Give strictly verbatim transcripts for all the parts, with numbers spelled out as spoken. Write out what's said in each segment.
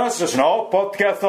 橋宏のポッドキャスト。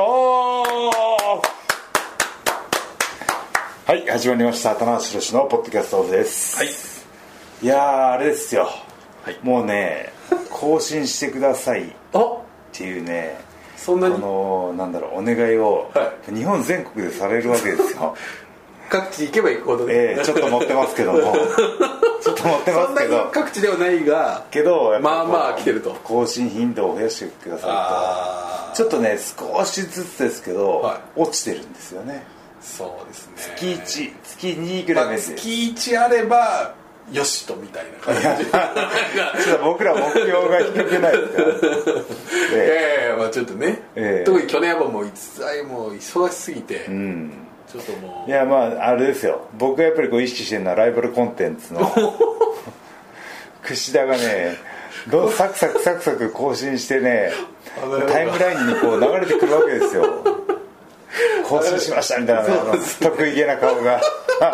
はい、始まりました。棚橋宏のポッドキャストです。 はい。 いやー、あれですよ、 はい、 もうね更新してくださいっていうね、 そんなにこのなんだろうお願いを、はい、日本全国でされるわけですよ。 各地行けば行くほどね、 えー、ちょっと乗ってますけどもちょっと乗ってますけど、 そんなに各地ではないがけどまあまあ来てると。 更新頻度を増やしてくださいと、ちょっとね少しずつですけど、はい、落ちてるんですよね。 そうですね、 月いち、月にぐらいです、 まあ、月いちあればよしとみたいな感じ。ちょっと僕ら目標が低くないですか。 ええー、まあちょっとね、 えー、 特に去年はもういつあいもう忙しすぎて、うん、ちょっともういやまああれですよ、僕がやっぱりこう意識してるのはライバルコンテンツの櫛田がねどサクサクサクサク更新してねタイムラインにこう流れてくるわけですよ。更新しましたみたいな、ね、得意げな顔が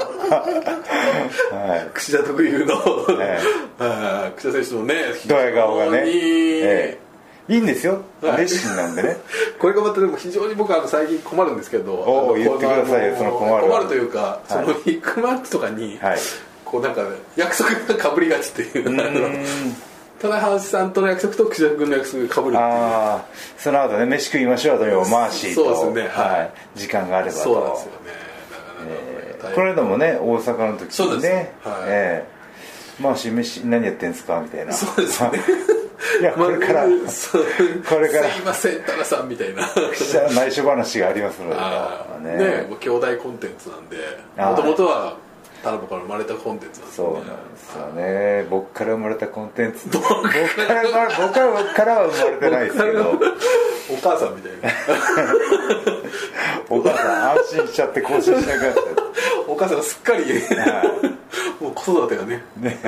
はい、櫛田特有の、ええ、櫛田選手のねドヤ顔がね、ええ、いいんですよ、熱心なんでね。 これがまたでも非常に僕は最近困るんですけど、 お言ってくださいよ、その困る困るというか、はい、そのビッグマッチとかに、はい、こうなんか約束がかぶりがちっていう、棚橋さんとの約束と櫛田君の約束がかぶるっていう。 ああ、その後ね飯食いましょうというマーシーと、 そうですね、 はい、時間があればと。 そうなんですよね。 えー、この間もね大阪の時にね、 そうです、はい、 えー、マーシー飯何やってんすかみたいな。 そうですね。 いやこれから、まあ、これからすいません棚さんみたいな内緒話がありますのでね、ね、兄弟コンテンツなんで、もともとはタラボから生まれたコンテンツなんですよね。 そうなんですよね。僕から生まれたコンテンツ僕から僕からは生まれてないですけどお母さんみたいなお母さん安心しちゃって更新しなくなっちゃう。 お母さんがすっかりもう子育てがねね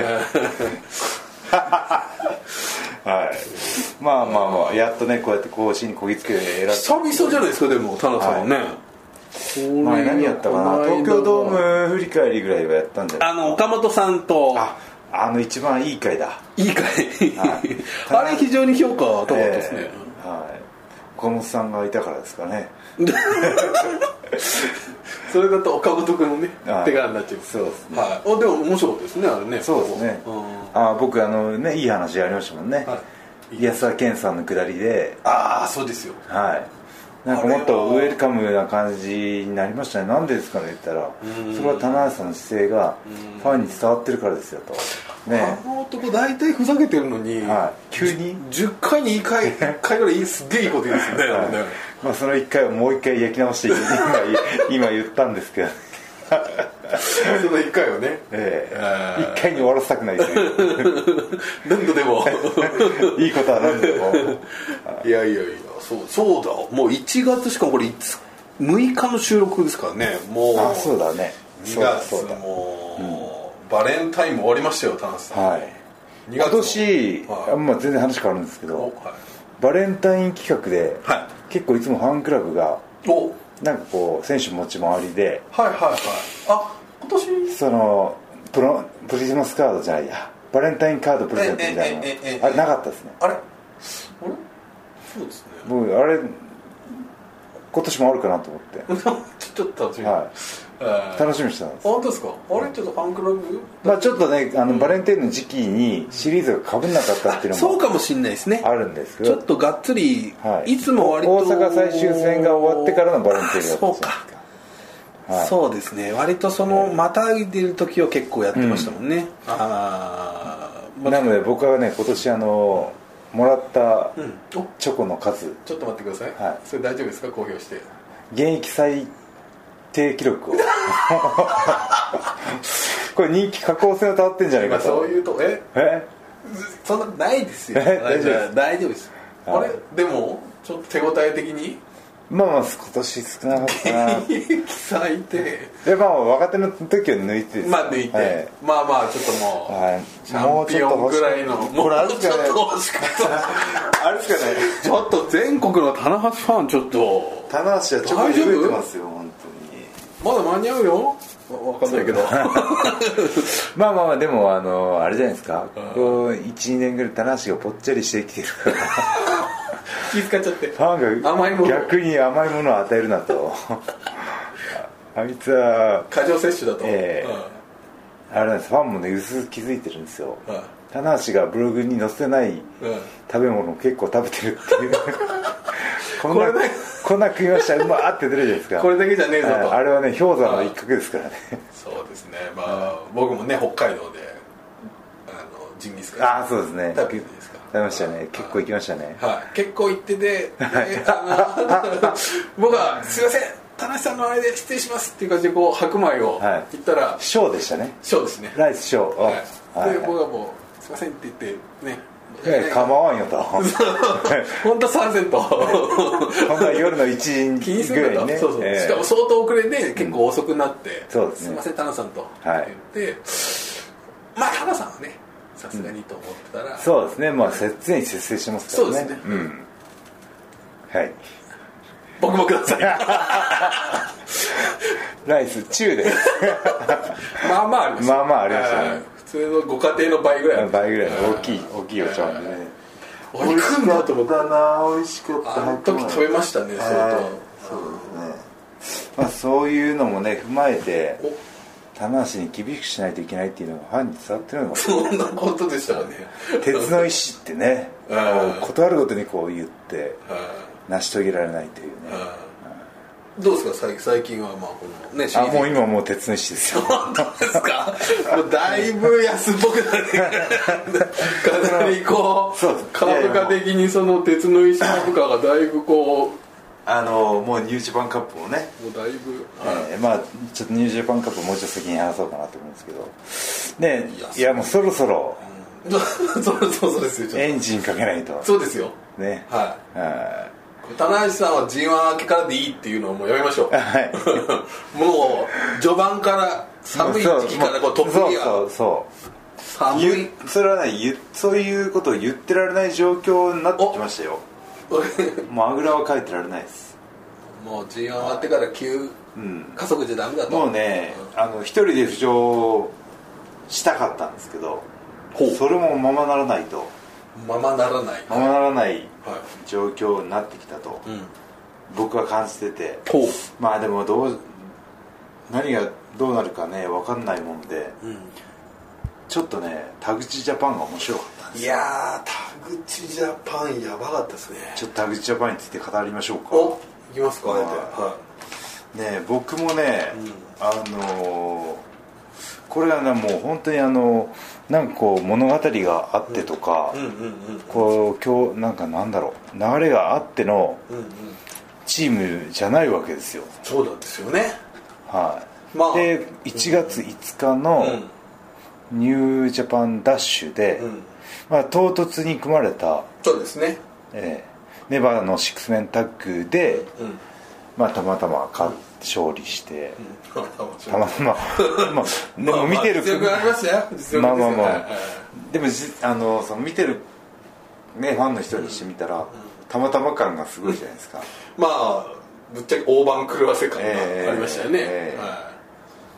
はい、まあまあまあやっとねこうやって更新にこぎつけて選ぶ。 久々じゃないですか。でも田中さんはね、はい、 前何やったかな、東京ドーム振り返りぐらいはやったんじゃないですか。 あの岡本さんと、 ああの一番いい回だ。 いい回、はい、あれ非常に評価高かったですね、 えー、はい、岡本さんがいたからですかねそれだと岡本君のね手柄になっちゃう。 そうですね、 はい、あでも面白かったですねあれね。 そうですね、あ僕あのねいい話ありましたもんね、はい、安田顕さんのくだりで。 ああそうですよ、 はい、なんかもっとウェルカムな感じになりましたね。なんでですかねって言ったら、それは棚橋さんの姿勢がファンに伝わってるからですよと、ね、 あの男大体ふざけてるのに、はい、 急にじゅっかいにいっかいいっかいぐらいすっげえいいこと言うんですよね、はい、ね、 まあ、そのいっかいをもういっかい焼き直して今, 今言ったんですけどそのいっかいをね、 ええ、いっかいに終わらせたくないですよ何度でもいいことは何度でもいやいやいや、そうそうだ、もういちがつしかもこれむいかの収録ですからね。もうあそうだね、 にがつもう、うん、バレンタインも終わりましたよ田中さん。はい、 今年、はい、まあ、全然話変わるんですけど、はい、バレンタイン企画で、はい、結構いつもファンクラブがおなんかこう選手持ち回りで、 はいはいはい、あ今年そのプロクリスマスカードじゃないやバレンタインカードプレゼントみたいなのあれなかったですね。 あれあれそうですね、 僕あれ今年もあるかなと思ってちょっと楽しみ、 はい、楽しみにしてたんです。 本当ですか。あれちょっとファンクラブ、 まあ、ちょっとねあの、うん、バレンタインの時期にシリーズがかぶんなかったっていうのもそうかもしれないですね。 あるんですけど、 ちょっとがっつり、はい、いつも割と大阪最終戦が終わってからのバレンタインだったんですか。 そうか、はい、そうですね、割とそのまたいでる時は結構やってましたもんね、うん、あ、 ま、なので僕はね今年あのもらったチョコの数、うん、 ちょっと待ってください、はい、それ大丈夫ですか公表して。 現役最低記録をこれ人気下降線をたわってんじゃないかと。 そういうとええそんなないですよ。 大丈夫です、 大丈夫です。あれでもちょっと手応え的にまあまあ今年少なかったな現役最低で、まあ若手の時は抜いてまあ抜いて、はい、まあまあちょっともう、はい、チャンピオンぐらいのこれあるですかね欲しかったあれですかねちょっと全国の棚橋ファンちょっと棚橋はちょっと増えてますよ本当に。まだ間に合うよ分かんないけどまあまあまあでもあのあれじゃないですか、こういちにねんぐらい棚橋がぽっちゃりしてきてるから気遣っちゃってファンが甘いもの逆に甘いものを与えるなとあいつは過剰摂取だと、 えーうん、あれなんです、ファンもね薄々気づいてるんですよ、うん、棚橋がブログに載せてない、うん、食べ物を結構食べてるっていうこんなこんな食いましたうまーって出るじゃないですか。 これだけじゃねえぞと。 あれはね氷山の一角ですからね。 そうですね、まあ僕もね北海道であのジンギスカンああそうですね食べるんですか。 食べましたね、結構行きましたね。 はい、結構行ってて、僕はすいません田中さんのあれで失礼しますっていう感じでこう白米を言ったらショーでしたね。 ショーですね。 ライスショー、 はいはい、で僕はもうすいませんって言ってね。 構わんよと本当参戦とこんな夜のいちじ気にするかと、ねそうそう、えー、しかも相当遅れで結構遅くなって、うん、そうですね、すいませんタナさんと言って、はい、まあタナさんはねさすがにと思ってたら、 うん、そうですね、まあ常に節制してますからね。 そうですね、うん、 はい僕もくださいライス中ですまあまあありました、 まあまあありましたね。 普通のご家庭の倍ぐらい倍ぐらいの大きい大きいお茶碗でね。 おいくんだと思ったな、美味しかった。 あの時食べましたね、相当。 そうですね。まあそういうのもね踏まえて棚橋に厳しくしないといけないっていうのがファンに伝わってるのがそんなことでしたかね。 鉄の意志ってね断るごとにこう言って成し遂げられないというね。 どうですか最近はまあこのねあもう今もう鉄の意志ですよ。 本当ですか。もうだいぶ安っぽくなってかなりこう株価的にその鉄の意志株価がだいぶこうあのもうニュージャパンカップをねもうだいぶ、 えー、まあちょっとニュージャパンカップをもうちょっと先に話そうかなと思うんですけどね。いやもうそろそろ、 うん、そろそろですよ。 エンジンかけないと。 そうですよね。 はい、はい棚橋さんは ジーワン 明けからでいいっていうのをもうやめましょう、はい、もう序盤から寒い時期からこうトップギアそうそうそう寒いそれはねそういうことを言ってられない状況になってきましたよもうあぐらはかいてられないです。 もう ジーワン 終わってから急、うん、加速じゃダメだと。 もうね、うん、あの一人で浮上したかったんですけどそれもままならないとままならないままならない状況になってきたと、はい、僕は感じてて、うん、まあでもどう何がどうなるかね分かんないもんで、うん、ちょっとね田口ジャパンが面白かったんですよ。 いやー田口ジャパンやばかったですね。 ちょっと田口ジャパンについて語りましょうか。 おいきますか。 はい、ね僕もね、うん、あのー、これはねもう本当にあのなんかこう物語があってとか、こう今日なんかなんだろう流れがあってのチームじゃないわけですよ。 そうなんですよね。 はい、まあ、でいちがついつかのニュージャパンダッシュで、うん、まあ、唐突に組まれたそうですね、 えー、ネバーのシックスメンタッグで、うん、まあ、たまたま勝って勝利して、うん、たまたままあでも見てる実力ありましたよ。実力ですよ。まあまあまあ、はいはい、 でもあのその見てるねファンの人にしてみたら、うん、たまたま感がすごいじゃないですかまあぶっちゃけ大盤狂わせ感がありましたよね、えーえーはい、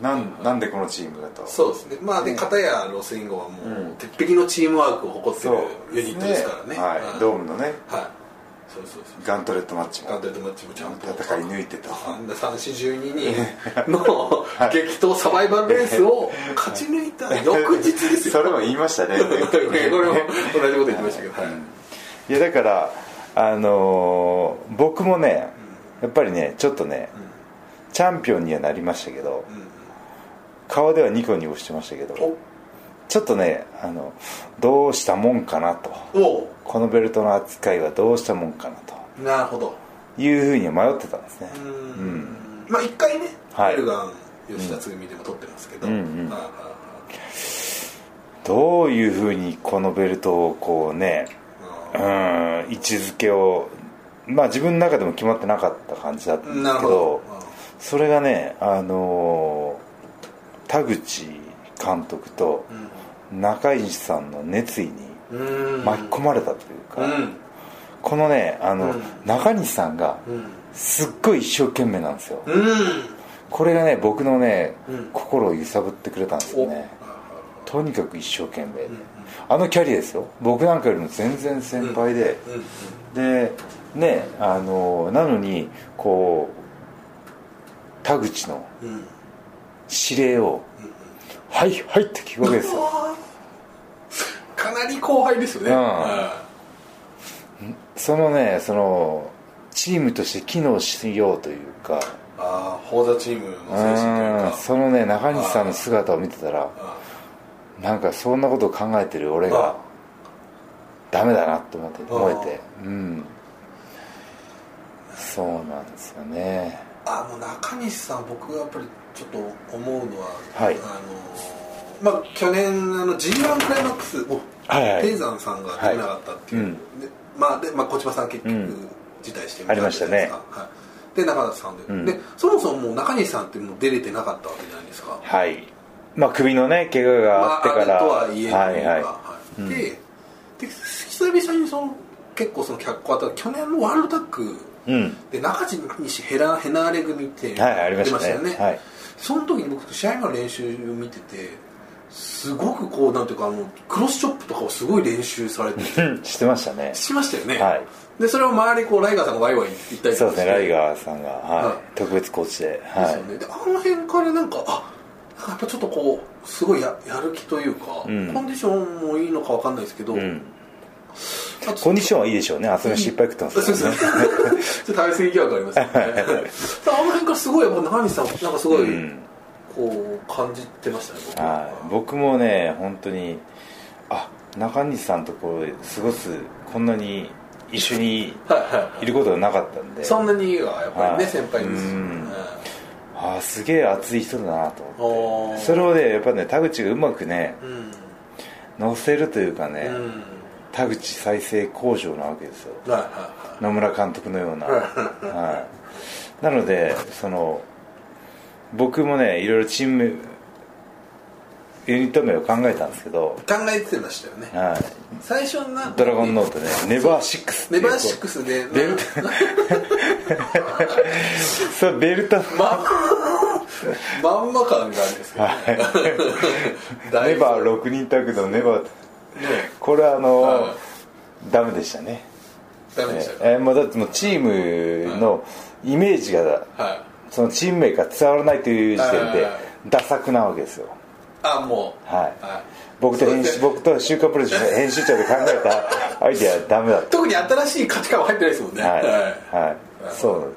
なんなんでこのチームだと。 そうですね。まあで片やロスインゴはもう、うん、鉄壁のチームワークを誇ってるユニットですからね、 はいはい、ドームのね、 はい、そうそうそうガントレットマッチもガントレットマッチもちゃんと戦い抜いてとさんよんじゅうににんの激闘サバイバルレースを勝ち抜いた翌日ですよそれも言いましたねこれも同じこと言ってましたけど、はい、 いやだからあのー、僕もねやっぱりねちょっとね、うん、チャンピオンにはなりましたけど、うん、顔ではニコニコしてましたけどちょっとねあのどうしたもんかなと、このベルトの扱いはどうしたもんかなとなるほどいうふうに迷ってたんですね。うん、うん、 まあ一回ねエルガン吉田つぐみでも取ってますけど、うんうんうん、 どういうふうにこのベルトをこうね、うん、位置づけをまあ自分の中でも決まってなかった感じだったんですけど、それがねあの田口監督と中西さんの熱意に巻き込まれたというか、うん、このねあの、うん、中西さんがすっごい一生懸命なんですよ、うん、これがね僕のね、うん、心を揺さぶってくれたんですよね。とにかく一生懸命で、うん、 あのキャリアですよ。僕なんかよりも全然先輩で、うんうんうん、でねあのなのにこう田口の指令を、うんうん、はいはいって聞くわけですよ。 かなり後輩ですよね、 うん、そのねそのチームとして機能しようというか、 ああフォーザチームの精神というか、 そのね中西さんの姿を見てたらなんかそんなことを考えてる俺がダメだなと思って思えて、うん、そうなんですよね。 あの中西さん僕がやっぱりちょっと思うのは、 はい、 あのまあ去年あの ジーワン クライマックスを天山さんが出なかったっていう、はい、でまあでまあ小島さん結局、うん辞退してみたじゃないですか。ありましたね、はい、で中田さんで、うん、でそもそももう中西さんってもう出れてなかったわけじゃないですか。 はい。まあ首のね怪我があってから、まあ、 あれとはいえというか、はいはいはい、で、で久々にその結構その脚光あった去年のワールドタッグ、うん、で中西ヘラヘナーレ組って出ましたよね、はい、その時に僕試合の練習を見ててすごくこうなんていうかあのクロスチョップとかをすごい練習されててしてましたね。 しましたよね、 はい、でそれを周りこうライガーさんがワイワイ言ったりとかして、 そうですねライガーさんが、はいはい、特別コーチで、はい、ですよね。 であの辺からなんかあやっぱちょっとこうすごい や, やる気というか、うん、コンディションもいいのか分かんないですけど、うん、 コンディションはいいでしょうね。あそこ失敗食ってますからね。 ちょっと食べ過ぎ疑惑ありますよね。あの辺からすごいもう中西さんなんかすごい、うん、こう感じてましたね 僕, はい僕もね本当にあ中西さんとこう過ごすこんなに一緒にいることがなかったんで、 そんなにはやっぱりね、はい、先輩です、うん、 ああすげえ熱い人だなと思って、それをねやっぱね田口がうまくね、うん、乗せるというかね、うん、田口再生工場なわけですよ、はいはいはい、野村監督のような、はい、なのでその僕もねいろいろチームユニット名を考えたんですけど考えてましたよね、はい、最初なドラゴンノートねネバーシックスネバーシックスでベルトそうベルトままんま感があるんですけど、 はい、ネバーろくにんタッグのネバー、ね、これはあの、はい、ダメでしたね。 ダメでしたか、 えー、もうだってもうチームのイメージが、はい、そのチーム名が伝わらないという時点でダサくなわけですよ。 あもう、はいはい、僕と編集僕と週刊プロジェクト編集長で考えたアイデアはダメだった。 特に新しい価値観は入ってないですもんね。はい、はいはい、そう、はい、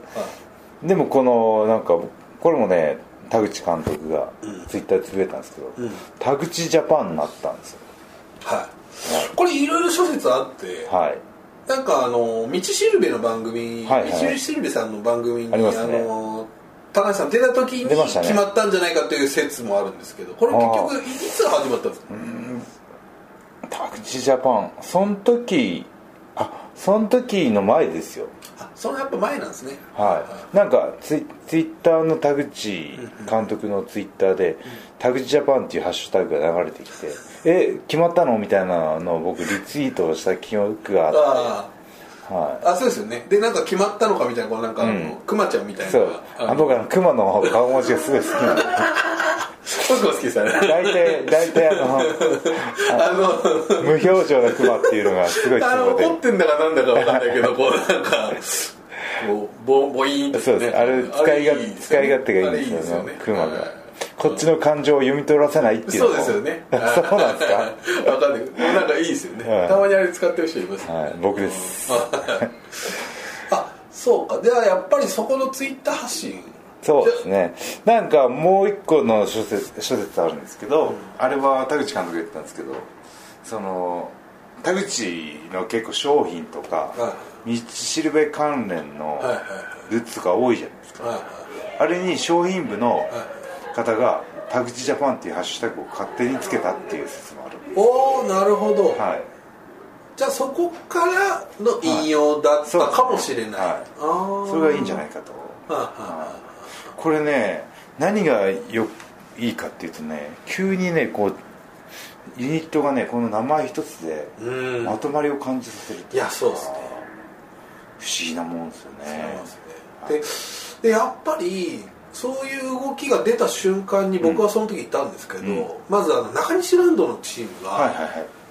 でもこのなんかこれもね田口監督がツイッターでつぶやいたんですけど、うん、田口ジャパンになったんですよ。 はい、はい、これいろいろ諸説あって、はい、なんかあの道しるべの番組、はいはい、道しるべさんの番組にありますね、あの田中さん出た時に決まったんじゃないかという説もあるんですけど、これ結局いつ始まったんですか。うん、 田口ジャパンその時あその時の前ですよ。 あそのやっぱ前なんですね。 はい、はい、なんかツイ、ツイッターの田口監督のツイッターで、うんうん、田口ジャパンっていうハッシュタグが流れてきて、え決まったのみたいなのを僕リツイートした記憶があって、 あ、はい、あそうですよね。でなんか決まったのかみたいなこうなんか、うん、クマちゃんみたいな。 そうあ僕はクマの顔文字がすごい好きなんで僕も好きですよね。 大体大体あのあの無表情なクマっていうのがすごいツボで、 怒ってんだかなんだか分かんないけどこうなんかこうボボイーンと、ね、 そうですあれ使いが、ね、使い勝手がいいんですよねクマが、はい、こっちの感情を読み取らせないっていうのもそうですよね。 そうなんですか分かんないもうなんかいいですよね、はい、たまにあれ使ってる人いますね、 はい、僕ですあそうかではやっぱりそこのツイッター発信そうですね。なんかもう一個の諸説、諸説あるんですけど、うん、あれは田口監督が言ったんですけど、その田口の結構商品とか、はい、道しるべ関連のグッズが多いじゃないですか、はいはいはい、あれに商品部の方が田口ジャパンっていうハッシュタグを勝手につけたっていう説もある。 おおなるほど、 はい、 じゃあそこからの引用だったかもしれない、はいはい、 あそれがいいんじゃないかと、はいはい、これね何がよいいかっていうとね急にねこうユニットがねこの名前一つでまとまりを感じさせるっていう、 いやそうですね不思議なもんですよね。 そうですね、で、でやっぱりそういう動きが出た瞬間に僕はその時いたんですけど、うん、まずあの中西ランドのチームが、はいはいはい、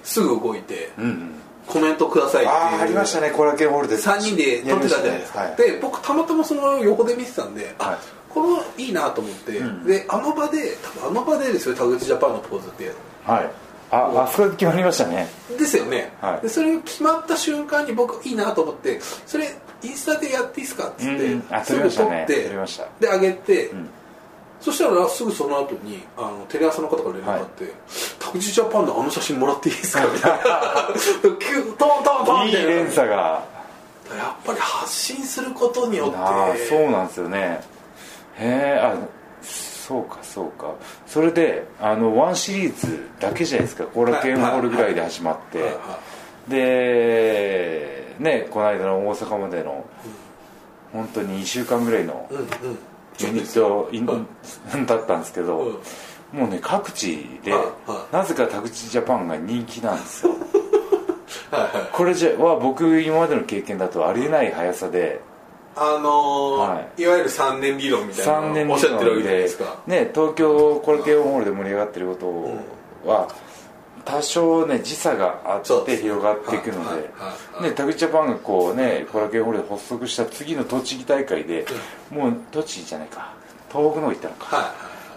すぐ動いて、うんうん、コメントくださいっていう。 あありましたね、コラケンホールでさんにんで撮ってたじゃないですか、はい、で僕たまたまその横で見てたんで、はい、あこのいいなと思って、うん、であの場で多分あの場でですよ、田口ジャパンのポーズって、 はい、ああそこで決まりましたね。 ですよね、はい、でそれが決まった瞬間に僕いいなと思って、それインスタでやっていいですかっつって、うん、 すぐ撮ってで上げて、うん、そしたらすぐその後にあのテレ朝の方から連絡があって「田口ジャパンのあの写真もらっていいですか?」みたいなトントントンみたいな。 いい連鎖がやっぱり発信することによって。 ああそうなんですよね。へえ、あそうかそうか。それであのワンシリーズだけじゃないですか、コラケンホールぐらいで始まって、はいはいはい、でねこの間の大阪までの、うん、本当ににしゅうかんぐらいの、うんうんユニットだったんですけど、うん、もうね各地で、はいはい、なぜか田口ジャパンが人気なんですよはい、はい、これじゃは僕今までの経験だとありえない速さで、 あのーはい、いわゆるさんねん理論みたいなのをおっしゃってるわけじゃないですか。 ね、東京コラケンホールで盛り上がってることは、うん、多少ね時差があって広がっていくので、ね、田口ジャパンがこうねコラケンホールで発足した次の栃木大会で、うん、もう栃木じゃないか東北の方行ったのか、はい、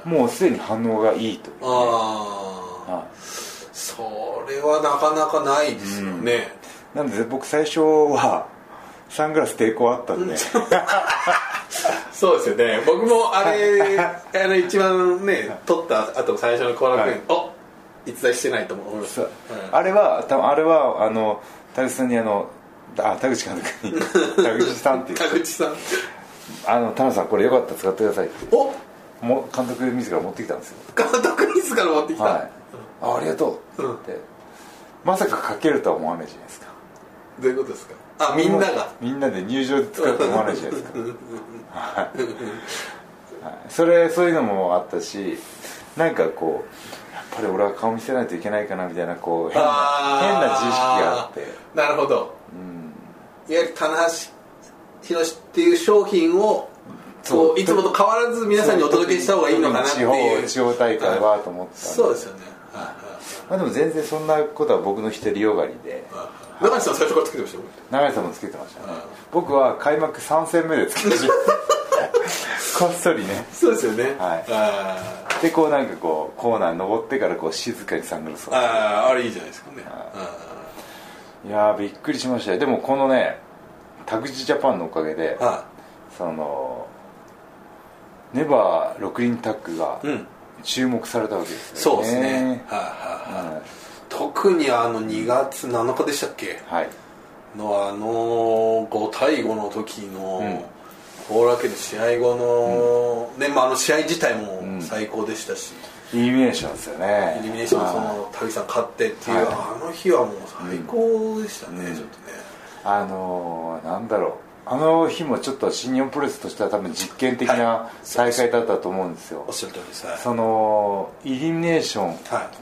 もうすでに反応がいいという、ね、ああ、はい、それはなかなかないですよね、 うん、なんで僕最初はサングラス抵抗あったんでそうですよね。僕もあれあの一番ね撮った後最初のコラケン、はい、お逸材してないと思います、うん、 あれはあれはあの田口さんにあのあ田口監督に田口さんっていう田口さんあの田野さんこれよかったら使ってくださいっておも監督自ら持ってきたんですよ。 監督自ら持ってきた、はい、 あ, ありがとうって、うん、まさかかけるとは思わないじゃないですか。 どういうことですか。あみんながみんなで入場で使うと思わないじゃないですかはい、それそういうのもあったし、なんかこうやっぱり俺は顔見せないといけないかなみたいなこう変な変な自意識があって。 なるほど、うん、いわゆる棚橋宏っていう商品をこういつもと変わらず皆さんにお届けした方がいいのかなっていう地方大会はと思ったんで、 そうですよね、はいはい、 まあ、でも全然そんなことは僕の独りよがりで、 中西さん最初からつけてましたよ。 中西さんもつけてましたね。僕は開幕さん戦目でつけてましたこっそりね。 そうですよね、 はい、あでこうなんかこうコーナー登ってからこう静かにサングラスを、 あああれいいじゃないですかね。 いやーびっくりしましたよ。でもこのね田口ジャパンのおかげで、はあ、そのネバーろく輪タッグが注目されたわけですよね、うん、そうですね、はあはあはい、特にあのにがつなのかでしたっけ、はい、のあのごたいごの時のコーラケの試合後の、うんねまあ、あの試合自体も最高でしたし、 うん、イリミネーションですよね。 イリミネーションその田口さん勝ってっていう、はい、あの日はもう最高でしたね、うん、ちょっとねあのー、なんだろうあの日もちょっと新日本プロレスとしては多分実験的な大会だったと思うんですよ、はい、 おっしゃる通りです、はい、 そのイリミネーション、はい、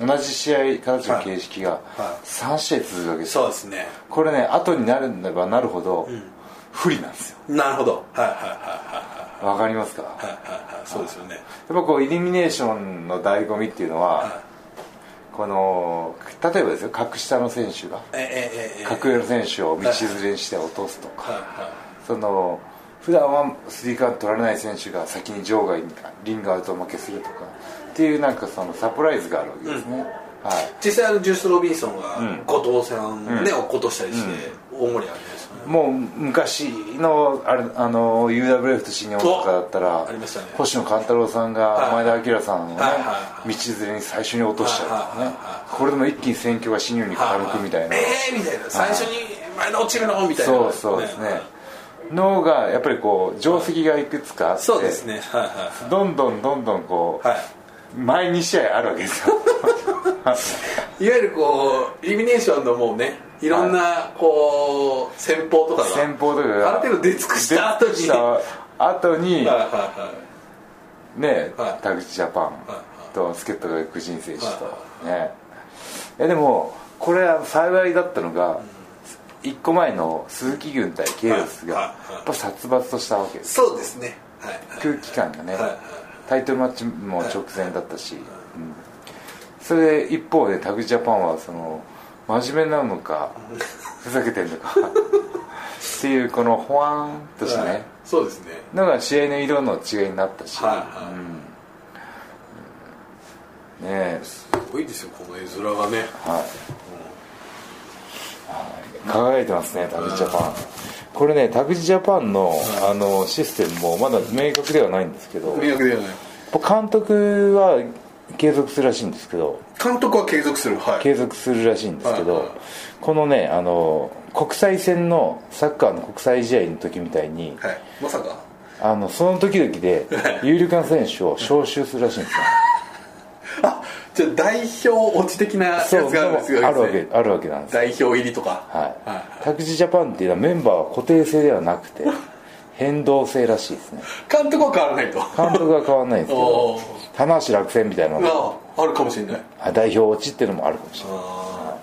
同じ試合形の形式がさん試合続くわけですよ、 そうですね。 これね後になればなるほど不利なんですよ、 うん、なるほど、はいはいはいはいわかりますか。 はいはいはいそうですよね。やっぱこうイリミネーションの醍醐味っていうのは、はい、この例えばですよ格下の選手が、ええええ、格上の選手を道連れにして落とすとか、はいはいはい、その普段はスリーカウント取られない選手が先に場外にリングアウト負けするとかっていうなんかそのサプライズがあるわけですね、うんはい、 実際あのジュース・ロビンソンが後藤さんね、うん、落っことしたりして大盛り上がりですよね。 もう昔のあれあの ユーダブリューエフ と新日本とかだったら、ね、星野勘太郎さんが前田明さんをね、はいはいはい、道連れに最初に落としちゃうとかね、はいはいはい、これでも一気に選挙が新日本に軽くみたいな、 はいはい、えーみたいな最初に前田落ちるのみたいな、 そうそうですね、のがやっぱりこう定石がいくつかあって、 そうですね、はいはいはい、 どんどんどんどんこう、はい、前に試合あるわけですよいわゆるこうイルミネーションのもうねいろんなこう戦法とかが戦法とかがある程度出尽くした後に後にはいはいはいね、はい、田口ジャパンと助っ人が久人選手と、はいはい、ねえでもこれは幸いだったのが、うん、いっこまえの鈴木軍対ケイオスがやっぱ殺伐としたわけです。 そうですね、はいはい、 空気感がね、はいはい、タイトルマッチも直前だったし、はいはいうん、それで一方で田口ジャパンはその真面目なのかふざけてんのかっていうこのほわんとしたね、はい、 そうですねのが試合の色の違いになったし、 はいはい、 うん、ねえすごいですよこの絵面がね、 はい、うん、輝いてますね田口ジャパン。これね田口ジャパン の, あのシステムもまだ明確ではないんですけど、 明確ではない、 監督は継続するらしいんですけど、 監督は継続する、はい、 継続するらしいんですけど、はいはい、このねあの国際戦のサッカーの国際試合の時みたいに、 はい、まさかあのその時々で有力な選手を招集するらしいんですよあ、じゃあ代表落ち的なやつがあるんですよ、 あるわけあるわけなんです。 代表入りとか、 はいはいはい、田口ジャパンっていうのはメンバーは固定性ではなくて変動性らしいですね。 監督は変わらないと。 監督は変わらないんですけど棚橋落選みたいなのがあるかもしれない。 代表落ちっていうのもあるかもしれない。あ、 はい、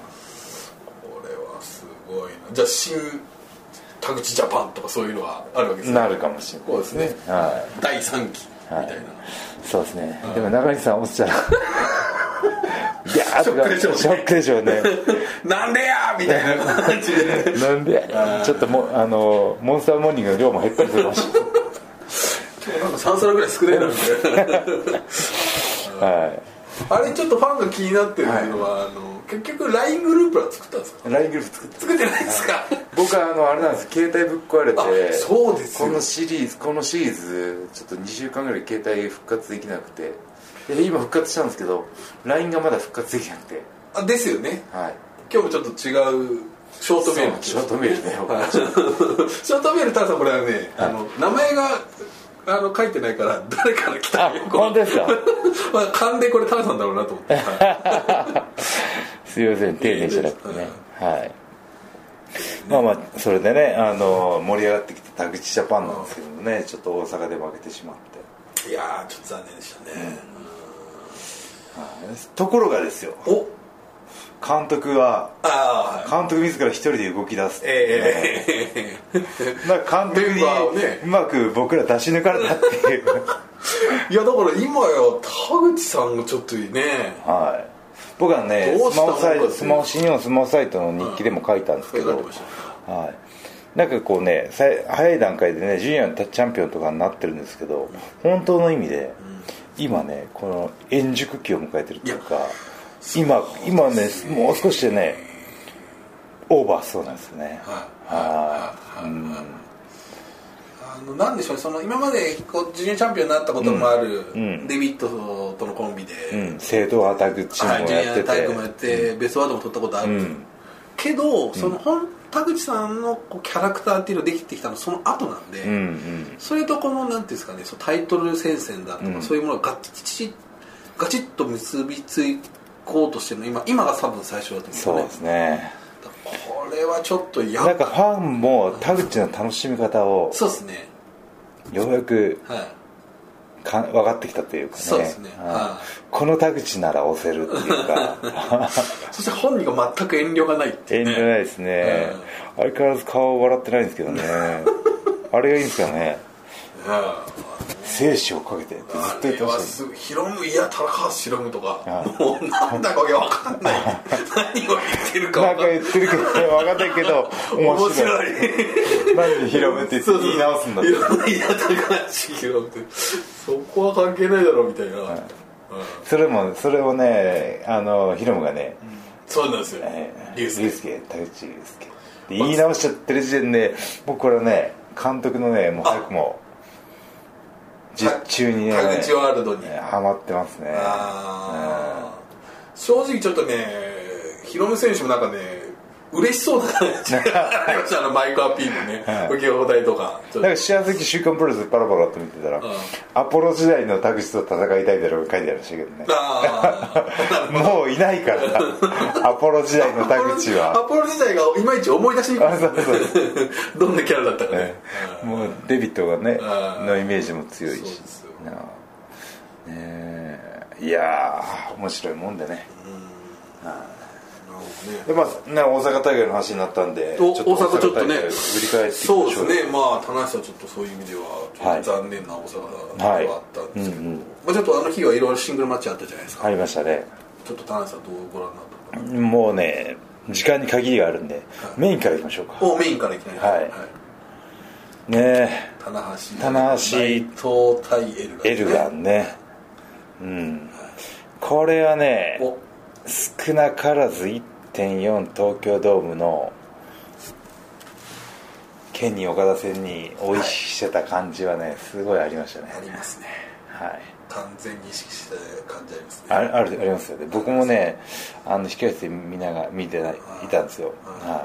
これはすごいな。じゃあ新田口ジャパンとかそういうのはあるわけですね。 なるかもしれない。 そうですね、はい、だいさんきみたいな、はい、そうですね、 はい、でも中西さんおっしゃるいやーショックでしょうね。 ショックでしょうねなんでやみたいな感じでなんでちょっともあのモンスターモーニングの量も減ったりするかもしれない今日なんかさん皿ぐらい少ないなみたいなはい、あれちょっとファンが気になってるのは、はい、あの結局 ライン グループは作ったんですか？ ライン グループ作った作ってないですか？ 僕はあのあれなんです携帯ぶっ壊れて、 そうですよ、 このシリーズこのシリーズちょっとにしゅうかんぐらい携帯復活できなくて、で今復活したんですけど ライン がまだ復活できなくて。 あですよね、 はい、 今日もちょっと違うショートメールショートメールねショートメールたださんこれはね、はい、あの名前があの書いてないから誰から来たあ本当ですかまあ勘でこれタラさんだろうなと思って、はい、 すいません丁寧じゃなくてね、はい、はい、まあまあそれでねあの盛り上がってきて田口ジャパンなんですけどね、うん、ちょっと大阪で負けてしまって、 いやーちょっと残念でしたね、うん、うん、 ところがですよ、 お監督はあ監督自ら一人で動き出す、 ええー、だから監督にうまく僕ら出し抜かれたっていういやだから今や田口さんがちょっといいね、 はい、僕はねスマホサイトスマホ新日本スマホサイトの日記でも書いたんですけど、はい、なんかこうね早い段階でねジュニアのチャンピオンとかになってるんですけど、本当の意味で今ねこの円熟期を迎えてるというか、今今ねもう少しでねオーバーしそうなんですよね。はいはい、うん、 あのなんでしょうね、その今までこうジュニアチャンピオンになったこともある、うん、デビッドとのコンビで、 うん、正統派タッグチームもやってて、はい、ジュニアタッグもやって、 うん、ベストワードも取ったことある、うん、けどその本田口さんのこうキャラクターっていうのができてきたのはその後なんで、うんうん、それとこのなんていうんですかね、そのタイトル戦線だとか、うん、そういうものがガチガチッと結びついこうとしてるの今今が多分最初だと思うんですよね。 そうですね。 これはちょっとやなんかファンも田口の楽しみ方をそうですねようやく、はい、か分かってきたというかね。 そうですね、はい、この田口なら押せるっていうかそして本人が全く遠慮がないっていう、ね、 遠慮ないですね、うん、相変わらず顔笑ってないんですけどねあれがいいんですかね、生死をかけてってずっと言ってましたね。 ヒロムいや高橋ヒロムとかもうなんだか分かんない何を言ってるか分かんないなんか言ってるけど分かんないけど面白いなんでヒロムって言い直すんだって。 ヒロムいや高橋ヒロムってそこは関係ないだろうみたいな、はい、うん、 それもそれをねあのヒロムがね、 うん、そうなんですよ、 竜介田口竜介言い直しちゃってる時点で僕これね監督のねもう早くも実中にね田口ワールドにハマってますね。 あ、うん、正直ちょっとねヒロム選手もなんかね嬉しそうな感じあのマイクアピールね、はい、受け放題とかなんか幸せ週刊プロレスパラパラって見てたら、うん、アポロ時代の田口と戦いたいだろう書いてあるらしいけどね。あもういないからアポロ時代の田口はアポロ時代がいまいち思い出しにくいどんなキャラだったかね、ね、 もうデビットがねのイメージも強いし、そうですよ、ね、いやー面白いもんでね、うん、はあでまあね、大阪大会の話になったんで、 ちょっと大阪ちょっとね振り返っていきましょう。 そうですね、まあ田中さんはちょっとそういう意味ではちょっと残念な大阪があったんですけど、はいうんうん、まあ、ちょっとあの日はいろいろシングルマッチあったじゃないですか。 ありましたね。 ちょっと田中さんどうご覧になったのか。 もうね時間に限りがあるんで、はい、メインからいきましょうか。 おメインからいきなり、はい、はい、 ねえ棚橋棚橋内藤対エルガン、ね、 エルガンね、うん、はい、これはね少なからず いってんよん 東京ドームのケニー岡田戦に追いしてた感じはね、はい、すごいありましたね。 ありますね、 はい、 完全に意識した感じありますね。 あ る, あ, るありますよね。僕もねあの控室で見ながら見てないいたんですよ、はい、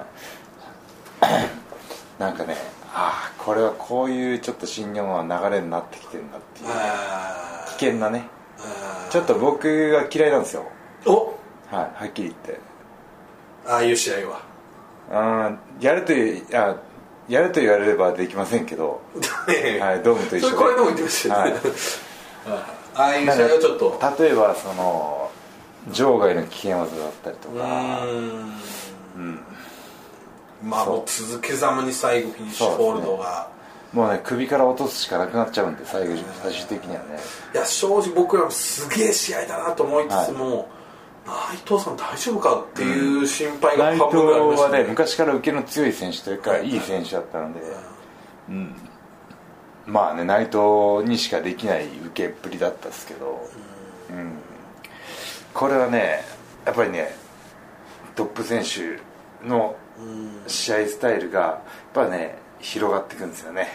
なんかねああこれはこういうちょっと新日本は流れになってきてるんだっていう危険なね、ちょっと僕が嫌いなんですよ。 お、 はい、はっきり言ってああいう試合はあやるというあやると言われればできませんけどはい、ドームと一緒でそれこれでも言ってましたよね、はいああいう試合はちょっと例えばその場外の危険技だったりとかうん、 うん、まあもう続けざまに最後フィニッシュホールドが、 ね、もうね首から落とすしかなくなっちゃうんで最後最終的にはね。 いや正直僕らもすげえ試合だなと思いつつも、はい、内藤さん大丈夫かっていう心配が半分ぐらいありましたね。 内藤はね昔から受けの強い選手というか、はい、いい選手だったので、うん、まあね内藤にしかできない受けっぷりだったんですけど、うん、これはねやっぱりねトップ選手の試合スタイルがやっぱね広がっていくんですよね。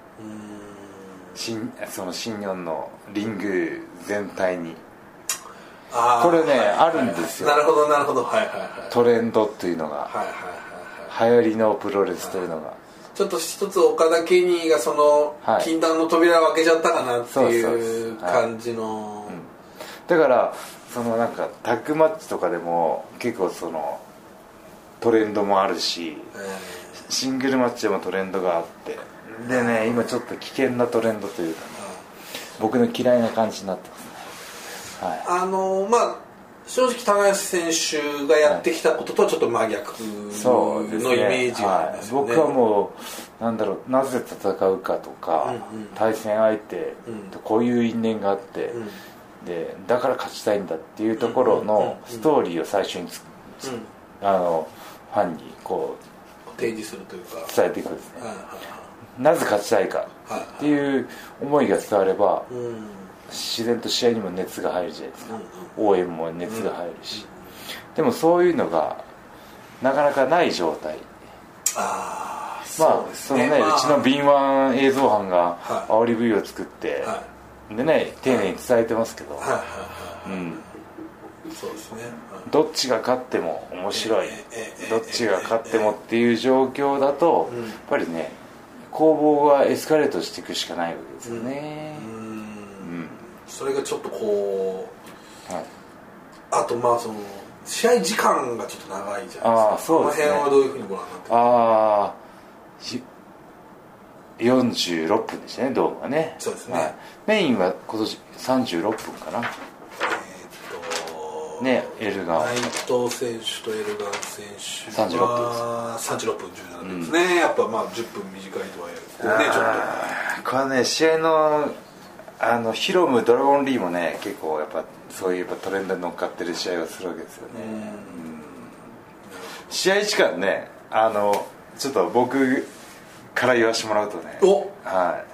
新その新日本のリング全体にあこれね、 はい、 あるんですよ。 なるほどなるほど、はいはいはい、 トレンドというのが、 はいはいはいはい、 流行りのプロレスというのが、はい、 ちょっと一つ岡田ケニーがその禁断の扉を開けちゃったかなっていう感じの、 だからそのなんかタッグマッチとかでも結構そのトレンドもあるし、えー、シングルマッチでもトレンドがあってでね今ちょっと危険なトレンドというか、ね、僕の嫌いな感じになってますね。はい、 あのまあ正直棚橋選手がやってきたこととはちょっと真逆のイメージがありますよね。 僕はもうなんだろうなぜ戦うかとか、うんうん、対戦相手とこういう因縁があって、うん、でだから勝ちたいんだっていうところのストーリーを最初につ、うん、あのファンにこう提示するというか伝えていくんですね、はいはいはい、なぜ勝ちたいかっていう思いが伝われば、はいはい、自然と試合にも熱が入るじゃないですか、うんうん、応援も熱が入るし、うん、でもそういうのがなかなかない状態。 ああまあそのね、まあ、うちの敏腕映像班が煽り V を作って、はい、でね丁寧に伝えてますけど、はいはいはい、うんそうですね、 どっちが勝っても面白い、どっちが勝ってもっていう状況だと、やっぱりね攻防がエスカレートしていくしかないわけですよね。うん、うん、 それがちょっとこう、はい、あとまあその試合時間がちょっと長いじゃないですか。あ、そうですね、この辺はどういうふうにご覧になってる？ ああよんじゅうろっぷんでしたねドームはね。 そうですね、 はい、メインは今年さんじゅうろっぷんかな。ね、エルガン内藤選手とエルガン選手さんじゅうろっぷんです。 さんじゅうろっぷんじゅうななふんですね、うん、やっぱまあじゅっぷん短いとはやるねちょっとこれね試合のあのヒロムドラゴンリーもね結構やっぱそういうやっぱトレンドに乗っかってる試合をするわけですよね。うん、うん、試合時間ねあのちょっと僕から言わせてもらうとね、 お、 はい、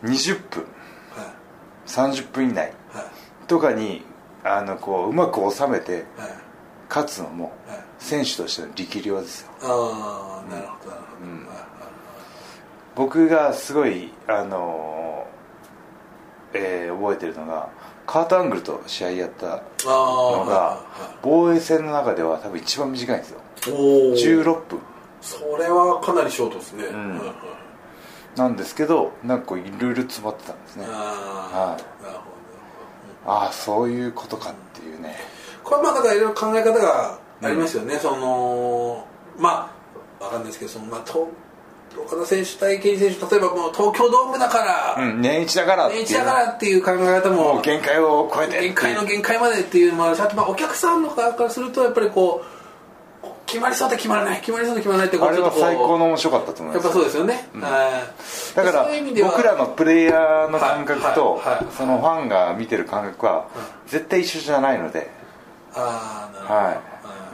にじゅっぷん、はい、さんじゅっぷん以内、 はい、 とかにあのこううまく収めて勝つのも選手としての力量ですよ。 ああなるほどなるほど、うん、 僕がすごいあの、えー、覚えてるのがカート・アングルと試合やったのが防衛戦の中では多分一番短いんですよ。じゅうろっぷん。 それはかなりショートですね、うん、 なんですけどなんかいろいろ詰まってたんですね。 あ、はい、なるほど、ああそういうことかっていうね。 これまあだからいろいろ考え方がありますよね、うん、そのまあわかんないですけどその、まあ、と岡田選手対ケニー選手例えばもう東京ドームだから、 うん、年一だから年一だからっていう考え方ももう限界を超えて限界の限界までっていうのもあるし、あとまあお客さんの側からするとやっぱりこう決まりそうで決まらない決まりそうで決まらないってこうあれは最高の面白かったと思います。 やっぱそうですよね、うん、だから僕らのプレイヤーの感覚とそのファンが見てる感覚は絶対一緒じゃないので、 ああなるほど、 はい、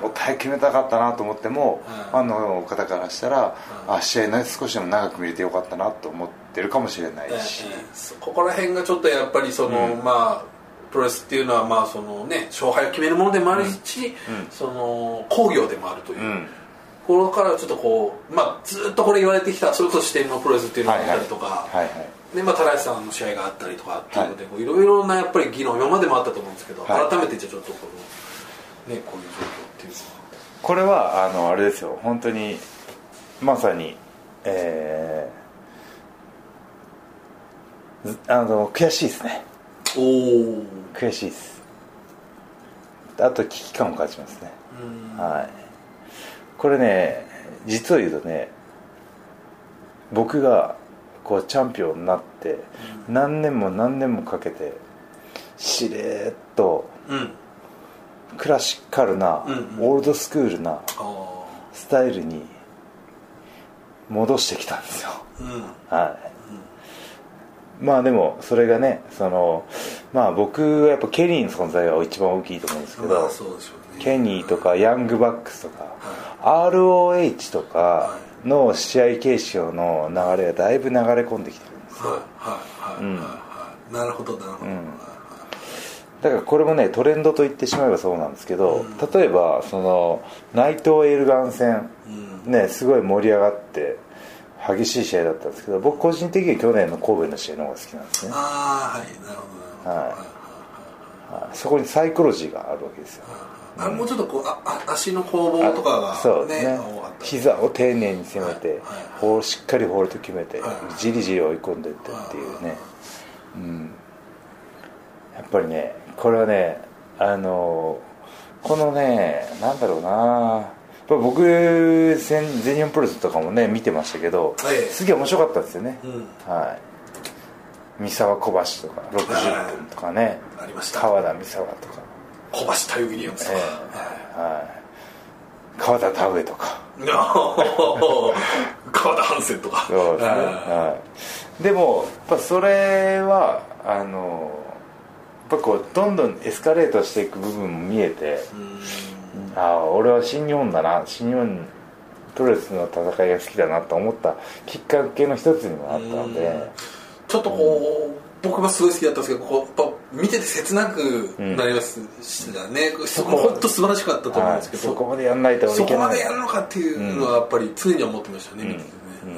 もっと早く決めたかったなと思っても、ファンの方からしたら、あ試合ね少しでも長く見れてよかったなと思ってるかもしれないし、 ここら辺がちょっとやっぱりその、うん、まあプロレスっていうのはまあそのね勝敗を決めるものでもあるし、うんうん、その興行でもあるという、うん、ここからちょっとこうまあずっとこれ言われてきたそれこそ四天王プロレスっていうのがあったりとか、はいはいはいはい、でまあ田中さんの試合があったりとかっていうので、はい、いろいろなやっぱり議論今までもあったと思うんですけど、はい、改めてじゃあちょっとこのねこういう状況っていうのはこれはあのあれですよ本当にまさに、えー、あの悔しいですね。 おお悔しいです。あと危機感を感じますね。はい。これね実を言うとね僕がこうチャンピオンになって何年も何年もかけてしれーっとクラシカルなオールドスクールなスタイルに戻してきたんですよ、はい、まあでもそれがねそのまあ僕はやっぱケニーの存在が一番大きいと思うんですけど、ケニーとかヤングバックスとか アールオーエイチ とかの試合形式の流れがだいぶ流れ込んできてるんですよ。 はいはいはいはいなるほどなるほど、うん、 だからこれもねトレンドと言ってしまえばそうなんですけど、うん、例えばその内藤エルガン戦、うん、ねすごい盛り上がって激しい試合だったんですけど僕個人的には去年の神戸の試合の方が好きなんですね。 ああはいなるほど、はいはいはい、そこにサイコロジーがあるわけですよ。 あれもうちょっとこうああ足の攻防とかが、ね、 そうですね膝を丁寧に攻めて、はいはい、しっかりホールド決めて、はい、じりじり追い込んでいってっていうね、はいうん、やっぱりねこれはねあのこのねなんだろうな僕全日本プロレスとかもね見てましたけど、はい、すげえ面白かったですよね、うんはい、三沢小橋とかろくじゅっぷんとかね、 ありました川田三沢とか小橋対ウィリアムスとか、 えーはい、川田田上とか川田ハンセンとかそうですね、はい、でもやっぱそれはあのやっぱこうどんどんエスカレートしていく部分も見えてああ俺は新日本だな新日本プロレスの戦いが好きだなと思ったきっかけの一つにもあったのでちょっとこう、うん、僕もすごい好きだったんですけどこうやっぱ見てて切なくなりましたね、うん、そこも本当素晴らしかったと思うんですけど、 はい、そこまでやんないといけないそこまでやるのかっていうのはやっぱり常に思ってましたね、うん、見ててね、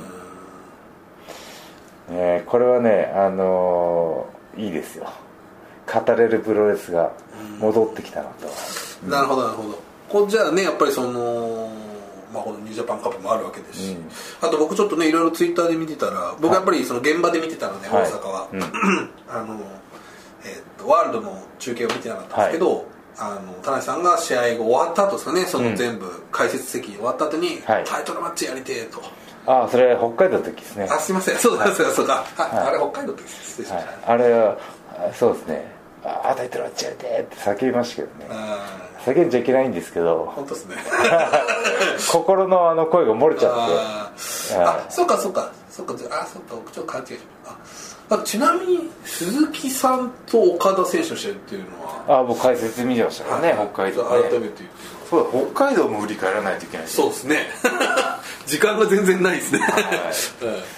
うんうんね、これはねあのー、いいですよ語れるプロレスが戻ってきたなと、 うん、なるほどなるほどこうじゃあねやっぱりそのまあ、このニュージャパンカップもあるわけですし、うん、あと僕ちょっとねいろいろツイッターで見てたら僕やっぱりその現場で見てたので、はい、大阪は、うん、あの、えー、とワールドの中継を見てなかったんですけど、はい、あの田中さんが試合後終わった後ですかねその全部解説席終わった後に、はい、タイトルマッチやりてえとああそれ北海道の時ですねあすいませんそうだ、はい、そうだ、はい、あれ北海道の時失礼しました、 はい、あれはそうですねああタイトルマッチやりてえって叫びましたけどね叫んじゃいけないんですけど本当ですね心のあの声が漏れちゃってああそうかそうかそうかあそうかちょっと勘違いしましたあちなみに鈴木さんと岡田選手の試合っていうのはあ僕解説見てましたからね、はい、北海道、ね、 改めて言ってそうだ北海道も振り返らないといけないそうですね時間が全然ないですね、はい、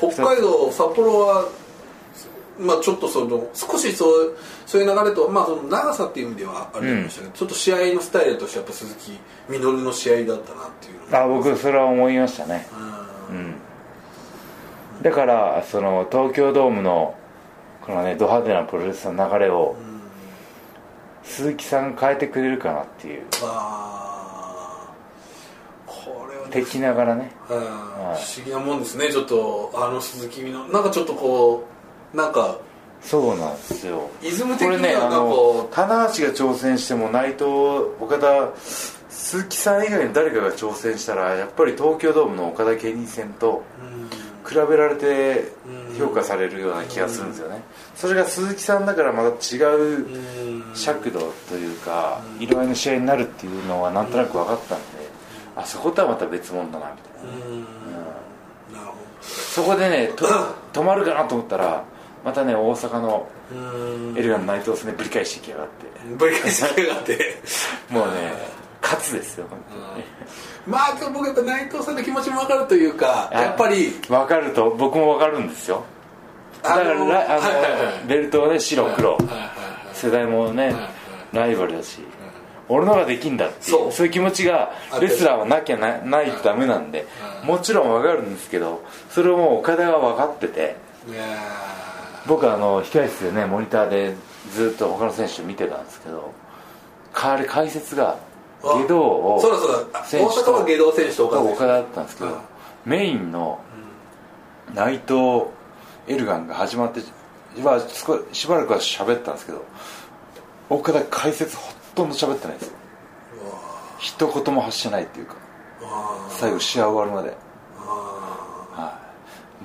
北海道札幌はまあ、ちょっとその少しそうそういう流れと、まあ、その長さっていう意味ではありましたけど、うん、ちょっと試合のスタイルとしてやっぱ鈴木みのるの試合だったなっていうのあ僕それは思いましたね、うん、だからその東京ドームのこのねド派手なプロレスの流れを、うん、鈴木さん変えてくれるかなっていうあこれは、ね、敵ながらね、 うんはい、不思議なもんですねちょっとあの鈴木みのなんかちょっとこうなんかそうなんですよイズム的にはこれねあの棚橋が挑戦しても内藤岡田鈴木さん以外に誰かが挑戦したらやっぱり東京ドームの岡田ケニー戦と比べられて評価されるような気がするんですよねそれが鈴木さんだからまた違う尺度というか色合いの試合になるっていうのはなんとなく分かったんであそことはまた別物だなみたいな、うん、そこでねと止まるかなと思ったらまたね大阪のエルガンの内藤戦でぶり返してきやがってぶり返してきやがってもうね初ですよ本当に。 まあでも僕やっぱ内藤さんの気持ちも分かるというか、やっぱり分かると僕も分かるんですよ。だからあの、はいはいはい、ベルトはね白黒、はいはいはい、世代もね、はいはい、ライバルだし、はいはい、俺のができんだっていう、そう、そういう気持ちがレスラーはなきゃ な, ないとダメなんで、はい、もちろん分かるんですけど、それをもう岡田が分かってて、いや僕はあの控室でねモニターでずっと他の選手見てたんですけど、代わり解説が下道をそうだそうだ選手と大阪は下道選手と岡田岡田だったんですけど、うん、メインの内藤エルガンが始まってしばらくは喋ったんですけど、岡田解説ほとんど喋ってないですよ。一言も発してないっていうか、最後試合終わるまで、はい、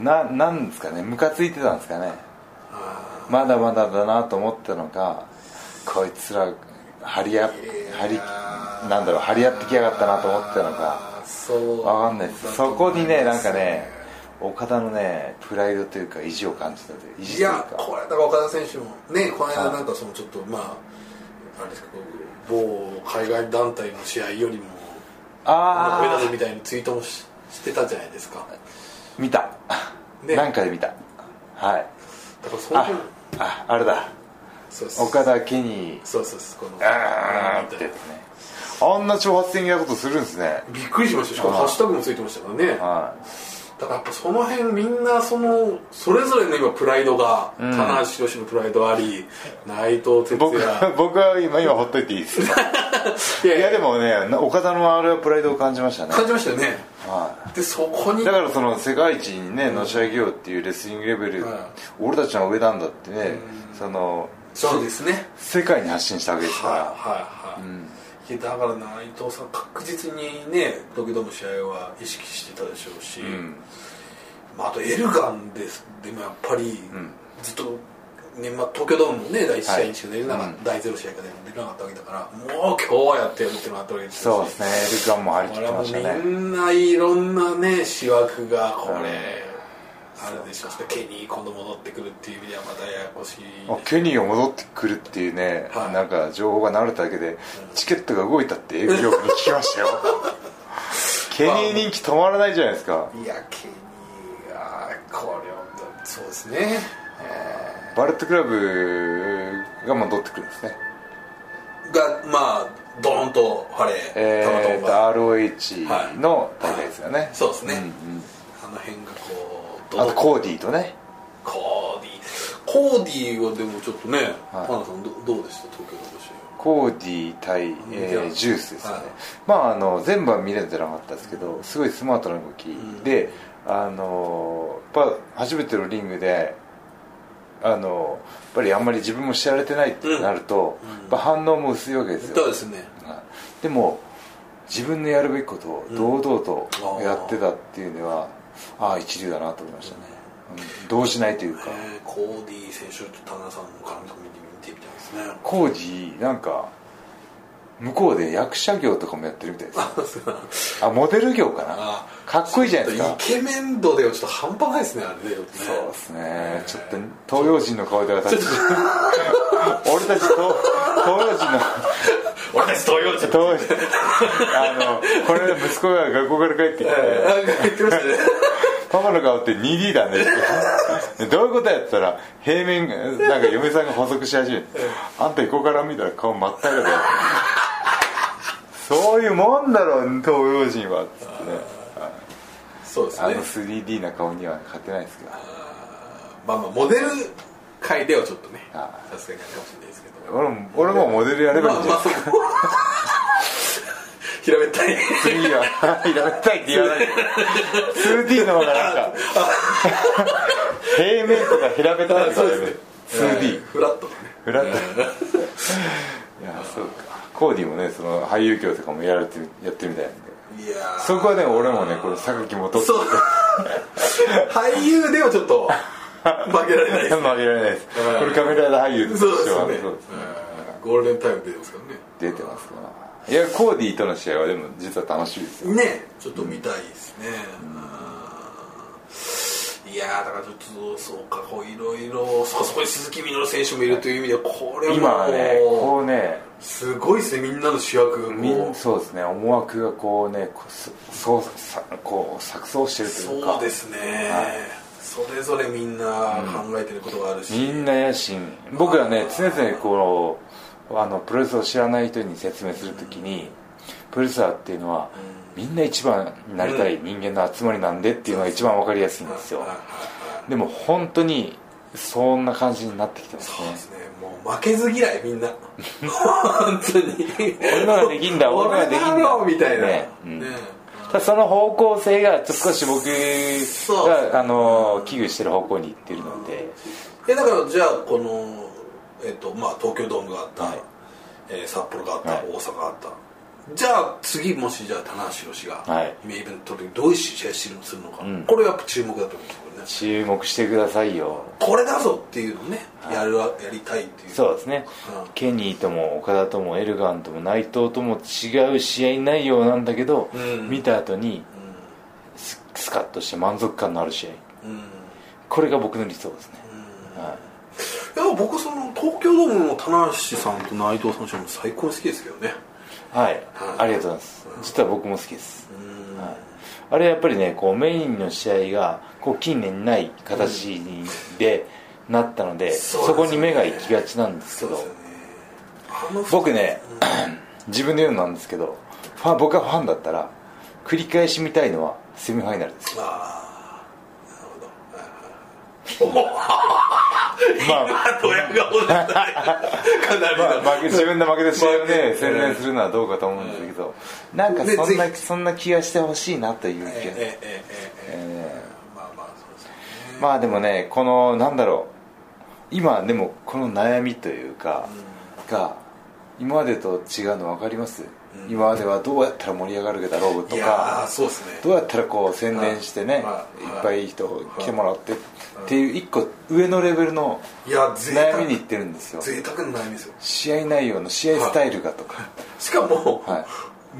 な, なんですかね、ムカついてたんですかね。まだまだだなと思ったのが、こいつら張り合張りなんだろう張り合ってきやがったなと思ったのか分かんないです。そこにねなんかね岡田のねプライドというか意地を感じたという意地というか、いやこれだから岡田選手もねこの間なんかそのちょっとまああれですけど某海外団体の試合よりもあメダルみたいにツイートも し, してたじゃないですか。 見た、ね、なんかで見た。はい。 だからその分あ, あ, あれだそうです岡田ケニーそうそうそうこのあーってね、あんな挑発的なことするんですね。 びっくりしました。しかもハッシュタグもついてましたからね、はい、だからやっぱその辺みんなそのそれぞれの今プライドが、うん、棚橋宏のプライドあり、内藤哲也僕, 僕は今今ほっといていいですかい, やいやでもね岡田のあれはプライドを感じましたね。 感じましたよね、はい、でそこにだからその世界一にねのし上げようっていうレスリングレベル、はい、俺たちの上なんだってね、うん、そのそうですね世界に発信したわけですから、はいはいはい、 うん、だから内藤さん確実にね東京ドーム試合は意識してたでしょうし、うんまあ、あとエルガンですでもやっぱりずっと、ねまあ、東京ドームのねだいいち試合にしか出れなかった、はい、だいゼロ試合か出れなかったわけだから、もう今日はやってやるっていうのがあったわけですし、 そうですねエルガンも張り切ってましたね。 みんないろんなね思惑がこれ、うんあるでしょう。ケニー今度戻ってくるっていう意味ではまたややこしい、ね、 ケニーが戻ってくるっていうね、はい、なんか情報が流れただけで、うん、チケットが動いたって営業に聞きましたよケニー人気止まらないじゃないですか。 いやケニーがこれはそうですね、 バレットクラブが戻ってくるんですね。 がまあドーンと晴れ、 えー、と アールオーエイチ の大会ですよね、はいはい、 そうですね、うんうん、あの辺がこうあとコーディーとねコーディーコーディーはでもちょっとね、はい、パナさん ど, どうでした東京ドーム試合。 コーディー対、えー、ジュースですよね、はい、まああの全部は見れてなかったですけど、すごいスマートな動き、うん、であのやっぱ初めてのリングであのやっぱりあんまり自分も知られてないってなると、うんうん、やっぱ反応も薄いわけですよ。 そうですね、 はい、でも自分のやるべきことを堂々とやってたっていうのは、うん、ああ一流だなと思いましたね、うん、動じないというか、 えー、コーディー選手と田中さんの絡みとか見てみたいですね。 コーディーなんか向こうで役者業とかもやってるみたいですあモデル業かな。かっこいいじゃないですか。 イケメン度ではちょっと半端ないですねあれね。 そうですね、ちょっと東洋人の顔で私俺たち東洋人の俺たち東洋人東洋人あのこれ息子が学校から帰ってきて、 言ってましたねパパの顔って ツーディー だねってどういうことやってたら平面なんか嫁さんが補足し始めてあんた横から見たら顔真っ平らだよそういうもんだろ東洋人はっつってね。 そうですね、 あの スリーディー な顔には勝てないですけど、 まあまあモデル界ではちょっとねさすがにかもしれないですけど、 俺も俺もモデルやればいいんじゃないですか、まあまあ、 平べったい次は平べったいって言わない ツーディー の方がなんか平面とか平べったいとかね ツーディーフラットねフラットいやそうか。コーディもねその俳優業とかもやられてやってるみたいなんで、いやそこはね俺もねこれ榊本って俳優ではちょっと負けられないです、ね、 負けられないですこれカメラで俳優としてはそうですね、そうですね、ゴールデンタイム出てますからね。 出てますから。いやコーディとの試合はでも実は楽しいですよね。ちょっと見たいですね、 いやだからちょっとそうかこういろいろそこに鈴木みのる選手もいるという意味ではこれは今はねこうねすごいですねみんなの主役がこうそうですね思惑がこうねこうそうこう錯綜してるというかそうですね、はい、それぞれみんな考えてることがあるし、 うん、みんな野心僕はね常々こうあのプロレスを知らない人に説明するときに、うん、プロレスラーっていうのは、うん、みんな一番になりたい人間の集まりなんでっていうのが一番分かりやすいんですよ、でも本当にそんな感じになってきてますね。 そうですねもう負けず嫌いみんな本当に俺のができんだ俺のができんだみたいな、 ねうんね、ただその方向性がちょっと少し僕があの危惧してる方向に行ってるので、 えだからじゃあこの、えーとまあ、東京ドームがあった、はいえー、札幌があった、はい、大阪があったじゃあ次もしじゃあ棚橋宏がメインイベントでどういう試合するのか、うん、これやっぱ注目だと思うんですよね。 注目してくださいよこれだぞっていうのをね、はい、やるやりたいっていうそうですね、うん、ケニーとも岡田ともエルガンとも内藤とも違う試合内容なんだけど、うん、見た後に、うん、ス, スカッとして満足感のある試合、うん、これが僕の理想ですね、うんはい 、いや僕その東京ドームの棚橋さんと内藤さんの試合も最高に好きですけどねはい、はい、ありがとうございます、うん、実は僕も好きです、はい、あれやっぱりねこうメインの試合がこう近年ない形でなったので、うん、そ, でね、そこに目が行きがちなんですけど、ね、僕ね、うん、自分で言うのなんですけどファン僕がファンだったら繰り返し見たいのはセミファイナルです。 ああなるほどまあ、ドヤ顔だったねかなりの、 まあ、自分で負けた試合をね宣伝するのはどうかと思うんですけど、うん、なんかそんなそんな気がしてほしいなという気が、えーえーえーえー、まあまあそうですね。まあでもねこのなんだろう今でもこの悩みというか、うん、が今までと違うの分かります、うん、今まではどうやったら盛り上がるだろうとかそうですね、 どうやったらこう宣伝してね、まあ、いっぱい人来てもらってっていう一個上のレベルの悩みにいってるんですよ。 贅沢な悩みですよ。 試合内容の試合スタイルがとか、はい、 しかも、はい、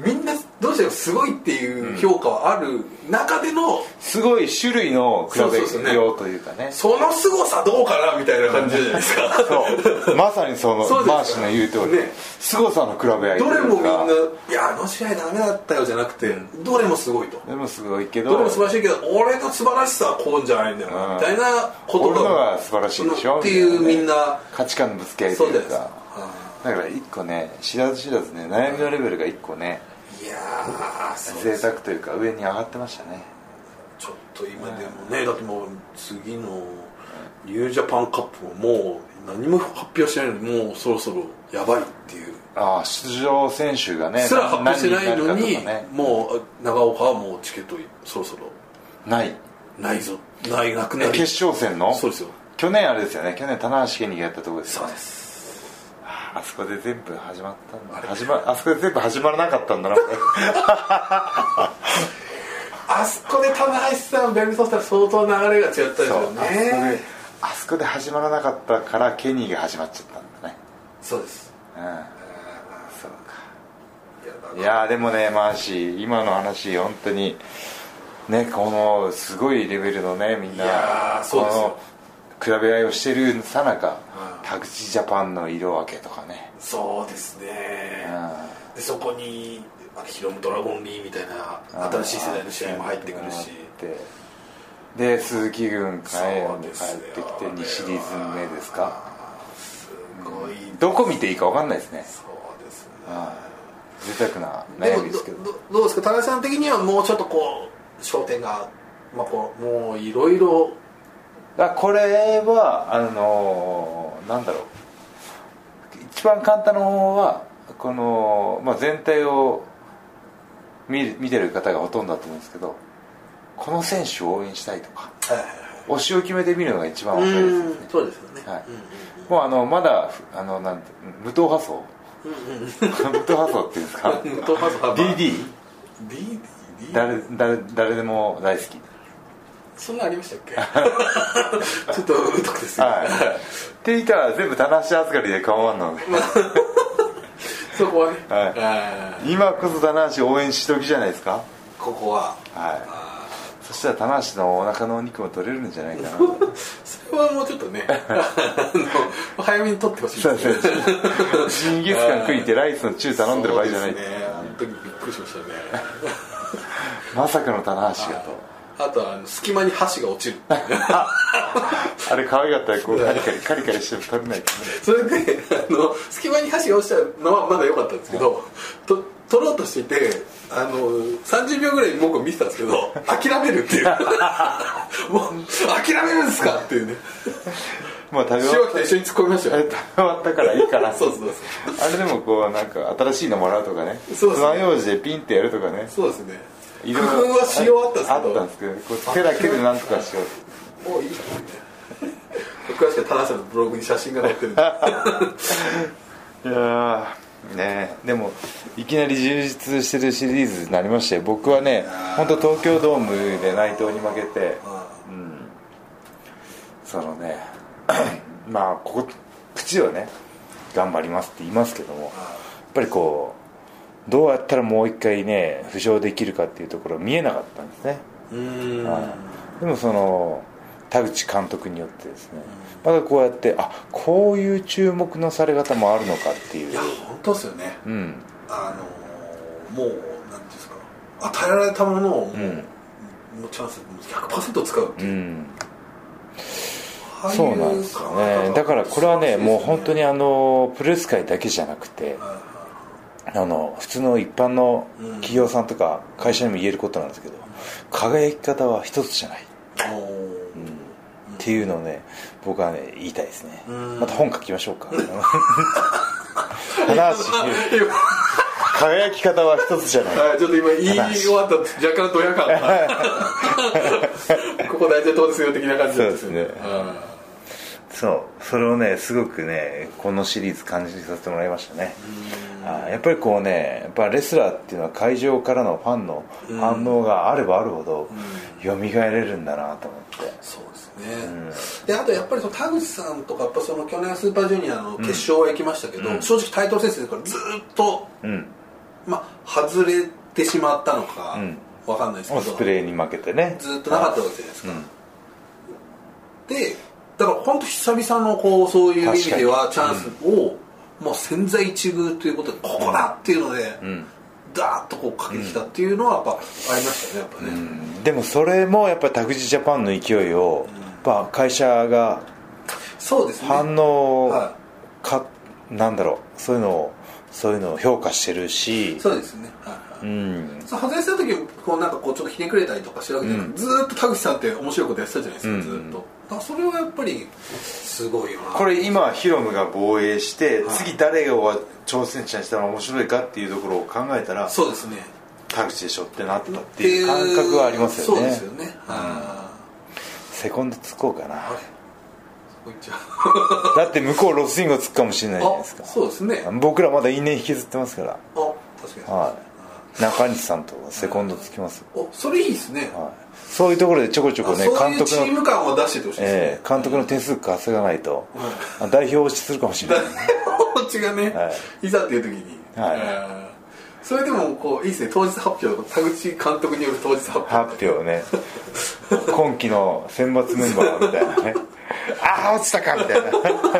みんなどうしてもすごいっていう評価はある中での、うん、 すごい種類の比べようというかね、 その凄さどうかなみたいな感じじゃないですかそうまさにそのマーシーの言う通り、ね、凄さの比べ合いというか、 どれもみんないやあの試合ダメだったよじゃなくて、うん、どれもすごいと、 どれもすごいけどどれも素晴らしいけど俺の素晴らしさはこうじゃないんだよな、うん、みたいなこと俺のが素晴らしいでしょっていうみんな価値観のぶつけ合いというか、だから一個ね知らず知らずね悩みのレベルが一個ね、 いやー贅沢というか上に上がってましたね。 ちょっと今でもね、だってもう次のニュージャパンカップももう何も発表してないのにもうそろそろやばいっていう、 ああ出場選手がねすら発表してないのに、ね、もう長岡はもうチケットそろそろないないぞないなくなり決勝戦のそうですよ。 去年あれですよね、去年棚橋健二がやったところですよね。そうです、 あそこで全部始まったんだ、始まあそこで全部始まらなかったんだなあそこで棚橋さんベルトしたら相当流れが違ったですよね。 あそこで始まらなかったからケニーが始まっちゃったんだね。 そうです、うん、 そうか。いやでもねマーシー今の話本当にねこのすごいレベルのねみんなこの比べ合いをしてるさなか、うん、田口ジャパンの色分けとかね。 そうですね、うん、でそこにヒロムドラゴンリーみたいな新しい世代の試合も入ってくるし、 で鈴木軍帰ってきてにシリーズ目ですか。 すごい、うん、 どこ見ていいか分かんないですね。 そうですね、 贅沢な悩みですけど。 ど, ど, どうですか田中さん的にはもうちょっとこう焦点が、まあ、こうもういろいろこれはあのー、なんだろう一番簡単な方はこの、まあ、全体を 見, 見てる方がほとんどだと思うんですけど、この選手を応援したいとか、はいはいはい、推しを決めてみるのが一番分かりやすいですね。 そうですよね、はい、 うんうん、もうあのまだあのなんて無党派層、うんうん、無党派層っていうんですか無党派層ディーディー? ディーディー? 誰, 誰, 誰でも大好き、 そんなありましたっけちょっと疎くですよ、 はい、って言ったら全部棚橋預かりで構わんのでそこはね、 はい、今こそ棚橋応援しときじゃないですか、 ここは、 はい、 そしたら棚橋のお腹のお肉も取れるんじゃないかなそれはもうちょっとね早めに取ってほしいですね。 ジンギスカン食いてライスのチュー頼んでる場合じゃない。 そうですね、あの時びっくりしましたねまさかの棚橋がと。 あとはあの隙間に箸が落ちるあれ可愛かったらこうカリカリカリカリしても取れない、ね、 それであの隙間に箸が落ちたのはまだ良かったんですけど、と取ろうとしていてあのさんじゅうびょうぐらい僕見てたんですけど諦めるっていうもう諦めるんですかっていうねまあ食べ終わった一緒に突っ込みましたよ。 食べ終わったからいいかなそうそうそうあれでもこうなんか新しいのもらうとかね、 そうですね、 爪楊枝でピンってやるとかね、 そうですね、 工夫はしようあったんですけど、 あったんですけどこう手だけでなんとかしようもういいですね詳しくは田中さんのブログに写真が載ってるんでいやね、でもいきなり充実してるシリーズになりまして、僕はね本当東京ドームで内藤に負けて、うん、そのねまあここ口はね頑張りますって言いますけども、やっぱりこうどうやったらもう一回ね浮上できるかっていうところ見えなかったんですね。 うーん、 あでもその田口監督によってですね、まだこうやってあこういう注目のされ方もあるのかっていう。 いや本当ですよね、 うん、 あのもう何ていうんですか、与えられたものをもう、うん、もうチャンス ひゃくパーセント 使うっていう、うん、 そうなんですよね。だからこれはねもう本当にあのプロレス界だけじゃなくて、あの普通の一般の企業さんとか会社にも言えることなんですけど、輝き方は一つじゃない、っていうのをね僕はね言いたいですね。また本書きましょうか話輝き方は一つじゃない、 はい、ちょっと今言い終わった若干ドヤ感がここ大体どうですよ的な感じなんですよね。 そうそれをねすごくねこのシリーズ感じさせてもらいましたね。あやっぱりこうねやっぱレスラーっていうのは会場からのファンの反応があればあるほど蘇れるんだなと思って。 そうですね、うん、であとやっぱりその田口さんとかやっぱその去年スーパージュニアの決勝は行きましたけど、うん、正直タイトル戦線からずっと、うん、まあ外れてしまったのかわかんないですけど、 オスプレイに負けてねずっとなかったわけじゃないですか、うん、でだから本当久々のこうそういう意味ではチャンスを、うん、もう千載一遇ということでここだっていうので、うん、ダーッとこうかけてきたっていうのはやっぱありましたねやっぱね、うん、 でもそれもやっぱり田口ジャパンの勢いを、うんやっぱ会社が反応か、なんだろうそういうのをそういうのを評価してるし、 そうですね、はいはい、うん、そう外れした時こうなんかこうちょっとひねくれたりとかしてるわけじゃなくて、うん、ずっと田口さんって面白いことやってたじゃないですか、うん、ずっとだからそれはやっぱりすごいよな。 これ今ヒロムが防衛して、はい、次誰を挑戦者にしたら面白いかっていうところを考えたらそうですね田口でしょってなったっていう感覚はありますよね。 そうですよね、うんセコンドつこうかな。だって向こうロスインゴつくかもしれないじゃないですか。 そうですね。 僕らまだ因縁引きずってますから。 あ、確かに、 はい、中西さんとセコンドつきます。 お、それいいですね、 はい、そういうところでちょこちょこね監督のチーム感を出しててほしいですね、 えー、監督の点数稼がないと、はい、代表落ちするかもしれない。 代表落ちがね、はい、いざっていう時に、はい、それでもこういいですね、当日発表、田口監督による当日発表発表ね今期の選抜メンバーみたいなねああ落ちたかみたいなちょっとなみたい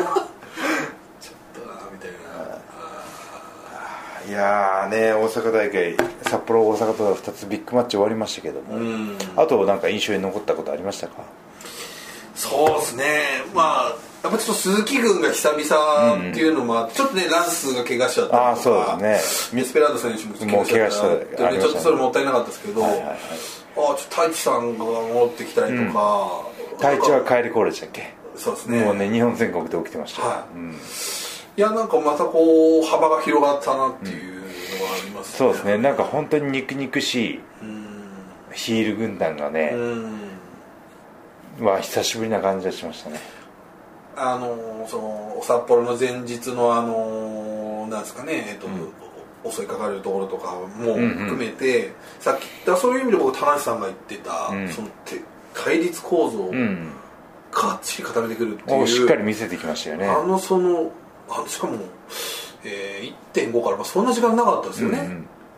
ないやーね大阪大会札幌大阪とふたつビッグマッチ終わりましたけども、あとなんか印象に残ったことありましたか？ そうですね、まあやっぱちょっと鈴木軍が久々っていうのもあって、うん、ちょっとねランスが怪我しちゃったりとか、 あそうですね、 ミスペラード選手も怪我しちゃったり、ね、ちょっとそれもったいなかったですけど、はいはいはい、あちょっと太一さんが戻ってきたりとか、 うん、太一は帰りコールでしたっけ？ そうですね、 もうね日本全国で起きてました、 はい、 うん、 いやなんかまたこう幅が広がったなっていうのがありますね、 そうですね、なんか本当に肉肉しいヒール軍団がね、まあ久しぶりな感じがしましたね。 あのその札幌の前日のあのなんですかね、えっと、うん、襲いかかるところとかも含めて、うんうん、さっき言ったそういう意味で僕田中さんが言ってた、うん、その対立構造をがっちり固めてくるっていう、 うん、しっかり見せてきましたよね。 あのそのあしかも、えー、いってんご からそんな時間なかったですよね、うんうん、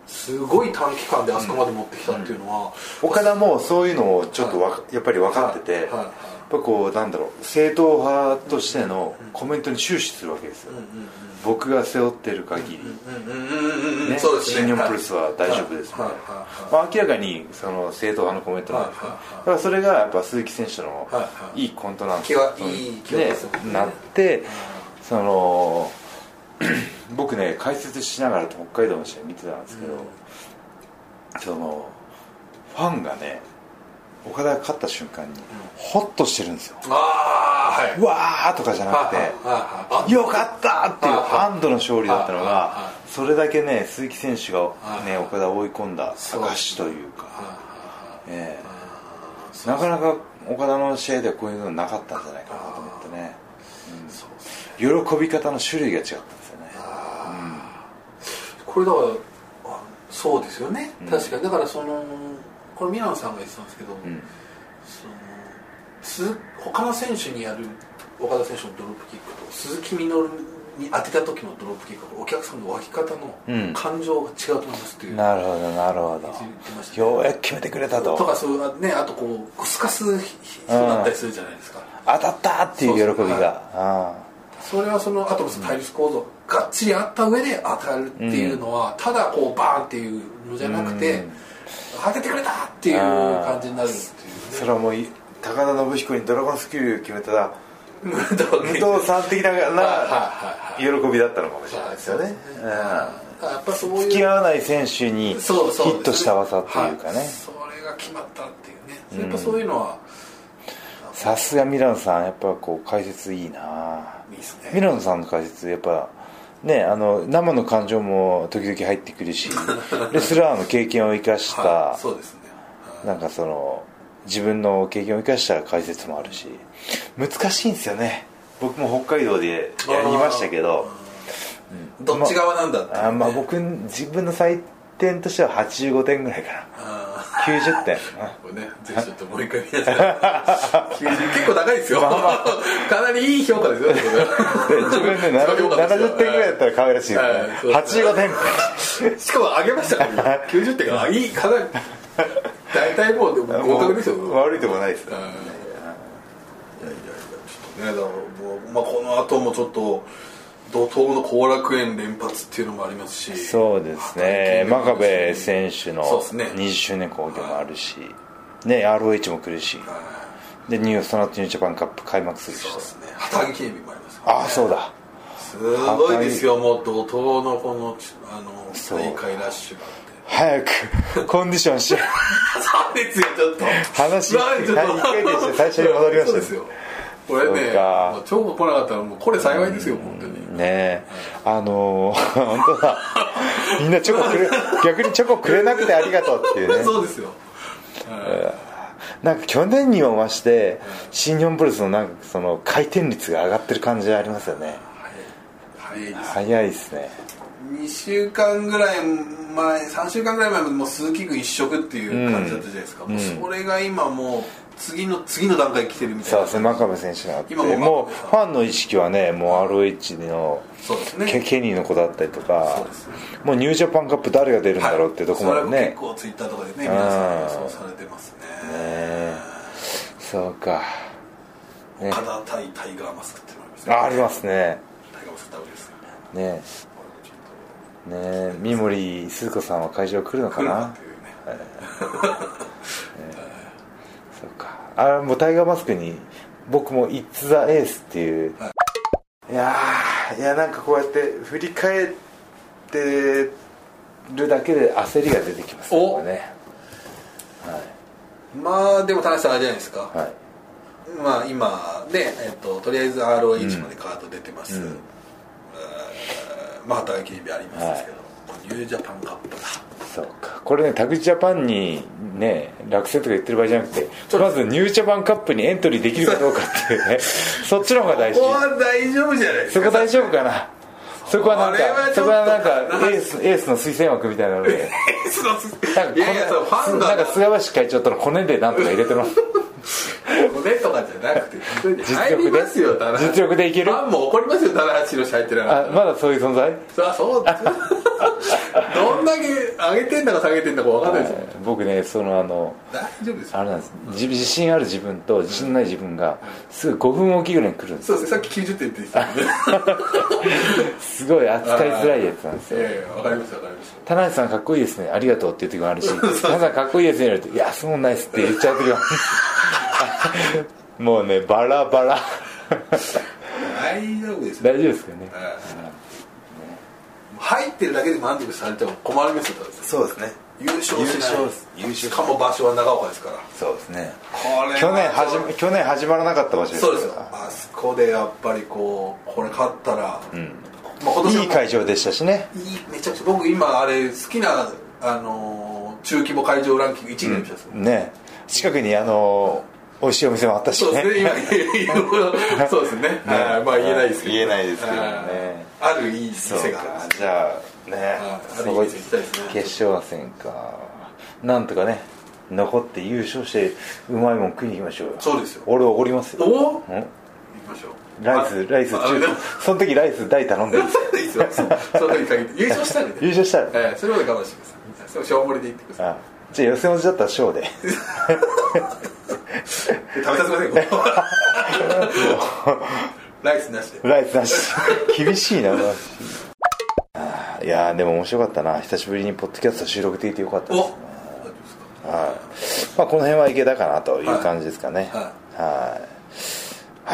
すごい短期間であそこまで持ってきたっていうのは、 うん、岡田もそういうのをちょっとわ、はい、やっぱり分かってて、はいはいはい、やっぱこうなんだろう正統派としてのコメントに終始するわけですよ、うんうんうん、僕が背負ってる限り新日本プロレスは大丈夫ですみたいな、まあ、明らかにその正統派のコメントなんですね、だからそれがやっぱ鈴木選手のいいコントなんですよ、ね、なってその僕ね解説しながら北海道の試合見てたんですけど、うん、そのファンがね岡田が勝った瞬間にホッとしてるんですよ、うん、あ、はい、うわーとかじゃなくてよかったっていう安堵の勝利だったのがそれだけね鈴木選手が、ね、岡田を追い込んだ証というか、えー、なかなか岡田の試合ではこういうのなかったんじゃないかなと思ってね、うん、喜び方の種類が違ったんですよね、 うん、これだからそうですよね、うん、確かにだからそのこれミラノさんが言ってたんですけど、うん、その他の選手にやる岡田選手のドロップキックと鈴木みのるに当てた時のドロップキックとお客さんの湧き方の感情が違うと思いますっていう、うん、 なるほどなるほど、ね、ようやく決めてくれたととかそう、ね、あとこうすかす人だったりするじゃないですか、うん、 当たったっていう喜びが、 はい、それはそのあと対立構造がっちりあった上で当たるっていうのは、うん、ただこうバーンっていうのじゃなくて、うん、当ててくれたっていう感じになるっていう、ね、 それはもう高田信彦にドラゴンスキル決めたら武藤さん的な喜びだったのかもしれないですよね。付き合わない選手にヒットした技っていうかね、はい、 それが決まったっていうね、やっぱそういうのはさすがミラノさんやっぱこう解説いいないいですね。ミラノさんの解説やっぱね、あの生の感情も時々入ってくるしレスラーの経験を生かした、はい、そうですね、はい、なんかその自分の経験を生かした解説もあるし難しいんですよね。僕も北海道でやりましたけど、 うん、どっち側なんだって、ね、 あ、まあ、僕自分の採点としてははちじゅうごてんぐらいかな、きゅうじゅってんこれね、ぜひちょっともう一回見なさいきゅうじゅう結構高いですよ、まあまあ、かなりいい評価ですよ自分でななじゅってんぐらいだったら可愛らしいですね、はちじゅうごてんしかも上げましたからきゅうじゅってんがいい、かなり大体もう合格ですよ。 悪いとこないですね。いやいやいやちょっとね、だからもう、まあ、この後もちょっと怒涛の後楽園連発っていうのもありますし、 そうですね、真壁選手のにじゅっしゅうねん興行もあるし、ね、アールオーエイチ も来るし、でニューその後ニュージャパンカップ開幕するし、 そうですね、旗揚げ記念日もあります、ね、 ああそうだ、 すごいですよ、もう怒涛のこのあの大会ラッシュが早くコンディションしようそうですよ、ちょっと話一回でして最初に戻りました。 そうですよ、これね、超も来なかったらもうこれ幸いですよ、本当にね。あのー、本当だみんなチョコくれ逆にチョコくれなくてありがとうっていうねそうですよ、 なんか去年にも増して新日本プロレスのなんかその回転率が上がってる感じがありますよね。 早いですね、 早いですね。 にしゅうかんぐらい前、さんしゅうかんぐらい前もう鈴木軍一色っていう感じだったじゃないですか、うん、もうそれが今もう次の次の段階来てるみたいな。 そうですね、真壁選手があってもう、もうファンの意識はね、もう アールオーエイチ のそうです、ね、ケ, ケニーの子だったりとか、そうです、ね、もうニュージャパンカップ誰が出るんだろうっていうところまでね、はい、 それも結構ツイッターとかでね皆さん予想されてますね。 ね、そうか、 ね、岡田対タイガーマスクってのありますね。あ、ありますね。 タイガーマスクダブルですね。ねね、三森すず子さんは会場来るのかな。来るなっていうね、えーえー、そうか、あれもうタイガーマスクに僕も「It's the Ace」っていう、はい、いやいやなんかこうやって振り返ってるだけで焦りが出てきますね、これね、 はい、まあでも田中さんあれじゃないですか、はい、まあ今ね、えっと、とりあえず アールオーエイチ までカード出てます、うんうん、まあ旗揚げ記念日ありますけど、はい、ニュージャパンカップだ。 そうか、これね、タグジャパンにね落選とか言ってる場合じゃなくて、まずニュージャパンカップにエントリーできるかどうかっていうねそっちの方が大事。 そこは大丈夫じゃないですか。 そこ大丈夫かな。そこはなんかそこはなんかエースエースの推薦枠みたいなのでエースの推薦、いやいや、ファンがなんか菅林会長とのコネでなんとか入れてますコネとかじゃなくて入りますよ、 実力でいける。 ファンも怒りますよ、棚橋宏入ってなかったら。 あ、まだそういう存在。 そうそうどんだけ上げてんだか下げてんだか分かんないですよ、ね、 僕ねそのあの大丈夫ですよあれなんです、自信ある自分と自信ない自分がすぐごふんおきぐらいに来るんです。 そうですね、さっききゅうじゅってんって言ってたんですごい扱いづらいやつなんですよ。 ええ、分かります分かります。 田中さんかっこいいですねありがとうっていう時もあるし田中さんかっこいいですね言われていやそうもないですって言っちゃう時ももうねバラバラ大丈夫です、 ね、大丈夫ですかね、 えー入ってるだけで満足されても困りますよ。 そうですね、 優勝しない、 優勝しかも場所は長岡ですから。 そうですね、 これ去年始ま去年始まらなかった場所ですから。 そうですよ、あそこでやっぱりこうこれ勝ったら、うんまあ、今年いい会場でしたしね。 いい、めちゃくちゃ僕今あれ好きな、あのー、中規模会場ランキングいちいになりました、うん、 ね、近くにあのー美味しいお店もあったしね。 そうですね、今そうですね、ねまあ言えないですけど、 言えないですけどね、 あるいい店がある。 じゃあね、 すごい決勝戦か、なんとかね残って優勝してうまいもん食いに行きましょうよ。 そうですよ、 俺おごりますよ。 お、うん、行きましょう。 ライスライス中その時ライス大頼んでるんですよ。その時限って優勝したらね、 優勝したら、 えー、それまで我慢してください。それ小盛りで行ってください。あ、 じゃあ予選落ちだったら小で食べさせませんよライスなしで。 ライスなし厳しいな。いやでも面白かったな、久しぶりにポッドキャスト収録できてよかったですね。はい、まあ、この辺は池田かなという感じですかね。はいはい、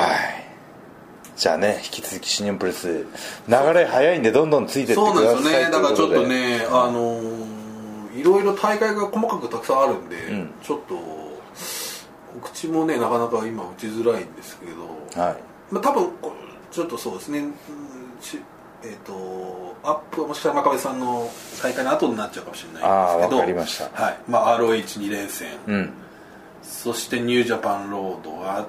はい、じゃあね引き続き新日本プロレス流れ早いんでどんどんついてってください。 そうなんですよね、だからちょっとね、うん、あのー、いろいろ大会が細かくたくさんあるんで、うん、ちょっと告知もねなかなか今打ちづらいんですけど、はい、まあ、多分ちょっとそうですね、えー、とアップはもしかしたら真壁さんの大会の後になっちゃうかもしれないんですけど、 ああ分かりました、 はい、まあ、アールオーエイチに 連戦、うん、そしてニュージャパンロードがあって、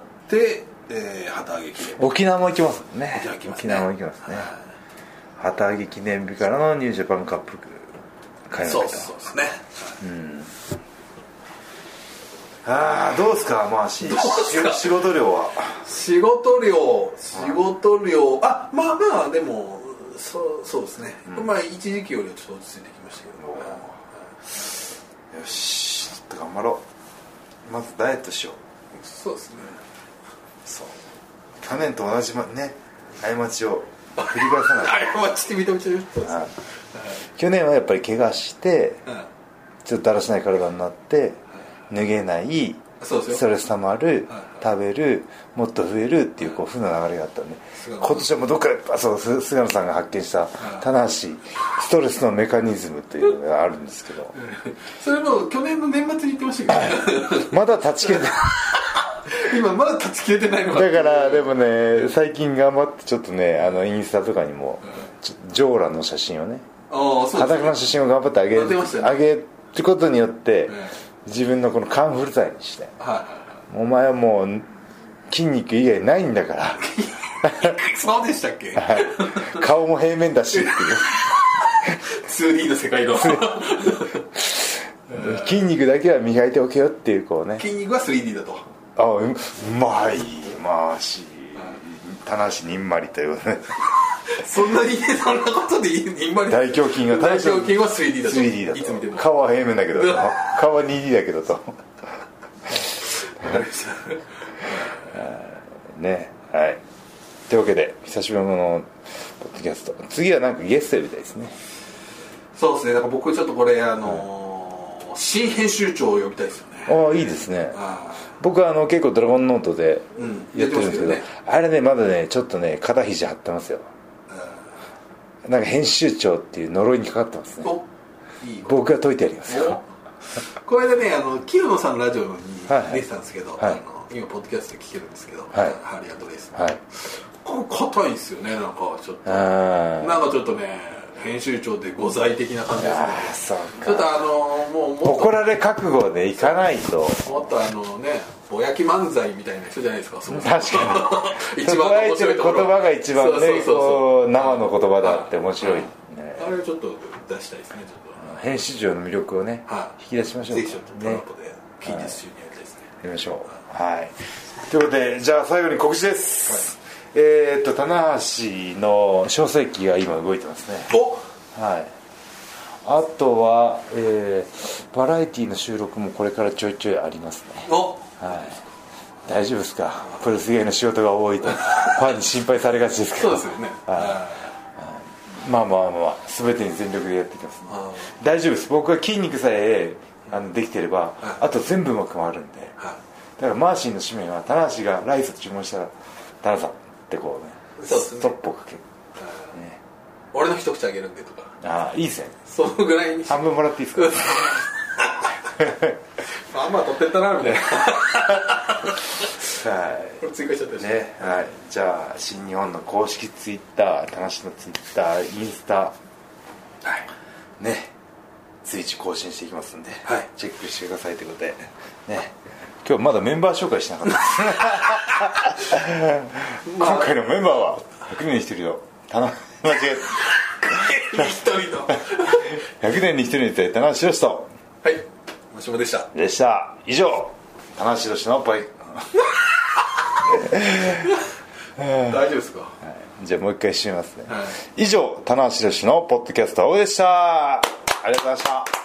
えー、旗揚げ記念日、 沖縄も行きますもんね。 沖縄行きますね、 沖縄も行きますね、はい、旗揚げ記念日からのニュージャパンカップ開幕と。 そうそうですね、 うん、ああどうですか、まあ、し仕事量は仕事量仕事量、はい、あまあまあでもそうそうですね、うん、まあ一時期よりはちょっと落ち着いてきましたけど、 うん、よしちょっと頑張ろう。まずダイエットしよう。 そうですね、 そう去年と同じね過ちを繰り返さない過ちって認めちゃうと、はい、 去年はやっぱり怪我して、はい、ちょっとだらしない体になって、はい、脱げない、ストレス溜まる、はいはい、食べる、もっと増えるっていうこう負の流れがあったんで、今年はもうどっかでそう菅野さんが発見した棚橋ストレスのメカニズムというのがあるんですけどそれも去年の年末に言ってましたけど、ね、 まだ断ち切れて今まだ断ち切れてないのか。 だからでもね最近頑張ってちょっとねあのインスタとかにもジョーラの写真をね、裸の写真を頑張ってあげる、ね、あげることによって、うん、自分のこのカンフル剤にして、はい、お前はもう筋肉以外ないんだからそうでしたっけ顔も平面だしっていうツーディー の世界の筋肉だけは磨いておけよっていうこうね、 筋肉は スリーディー だと。 あう、うまいまあし棚橋にんまりというねそんなにそんなことでいいにんまり大胸筋が大胸筋は スリーディー だとスリーディー だといつ見ても顔は平面だけど顔は ツーディー だけどとね、はい、というわけで久しぶりのポッドキャスト、次はなんかゲストみたいですね。 そうですね、だから僕ちょっとこれあのー、新編集長を呼びたいですよね。 ああいいですね。僕はあの結構ドラゴンノートでやってるんですけど、うん、ね、あれねまだねちょっとね肩肘張ってますよ。なんか編集長っていう呪いにかかってますね。いい僕が解いてやりますよ。 これでねあの清野さんのラジオに出てたんですけど、はいはい、あの今ポッドキャストで聞けるんですけど、はい、ハリアンドレース、はい、これ硬いですよね。なんかちょっとなんかちょっとね編集長で御在的な感じですね。あそうか、ちょっとあのもうもっと怒られ覚悟でいかないと、 もっとあのねぼやき漫才みたいな人じゃないですか。そもそも確かに一番面白いところ言葉が一番ねそうそうそうそう生の言葉だって面白い、ね、 あれちょっと出したいですね。ちょっと編集長の魅力をね、はい、引き出しましょう。 ぜひちょっとトランプで近日中にやりたいですね。 やりましょう。はい。ということでじゃあ最後に告知です。はい、えー、っと棚橋の小説機が今動いてますね。 お、 はい。 あとは、えー、バラエティの収録もこれからちょいちょいありますね。 お、 はい、大丈夫ですか。プロレス以外の仕事が多いとファンに心配されがちですけど。 そうですよね、 はい、まあまあまあ全てに全力でやっていきます、ね、大丈夫です。僕は筋肉さえあのできてれば、はい、あと全部うまく回るんで、はい、だからマーシーの使命は棚橋がライス注文したら棚さんってこうね、 そうですね、 ストップをかける、ね、 俺の一口あげるんでとか。 ああいいですね。 そのぐらいに半分もらっていいですか。 まあまあ取ってったなみたいな。 はい、 これ追加しちゃったしね、はい、じゃあ新日本の公式ツイッター、田無のツイッター、インスタ、はい、ね、随時更新していきますんで、はい、チェックしてくださいということで、ね、今日まだメンバー紹介しなかったです今回のメンバーはひゃくねんにひとりの田無、間違えたひとりのひゃくねんにひとりに田無宏と、 はい、もしもでしたでした。以上、田無宏のバイ大丈夫ですか、はい、 じゃあもう一回締めますね、はい、以上、田無宏のポッドキャストでした。ありがとうございました。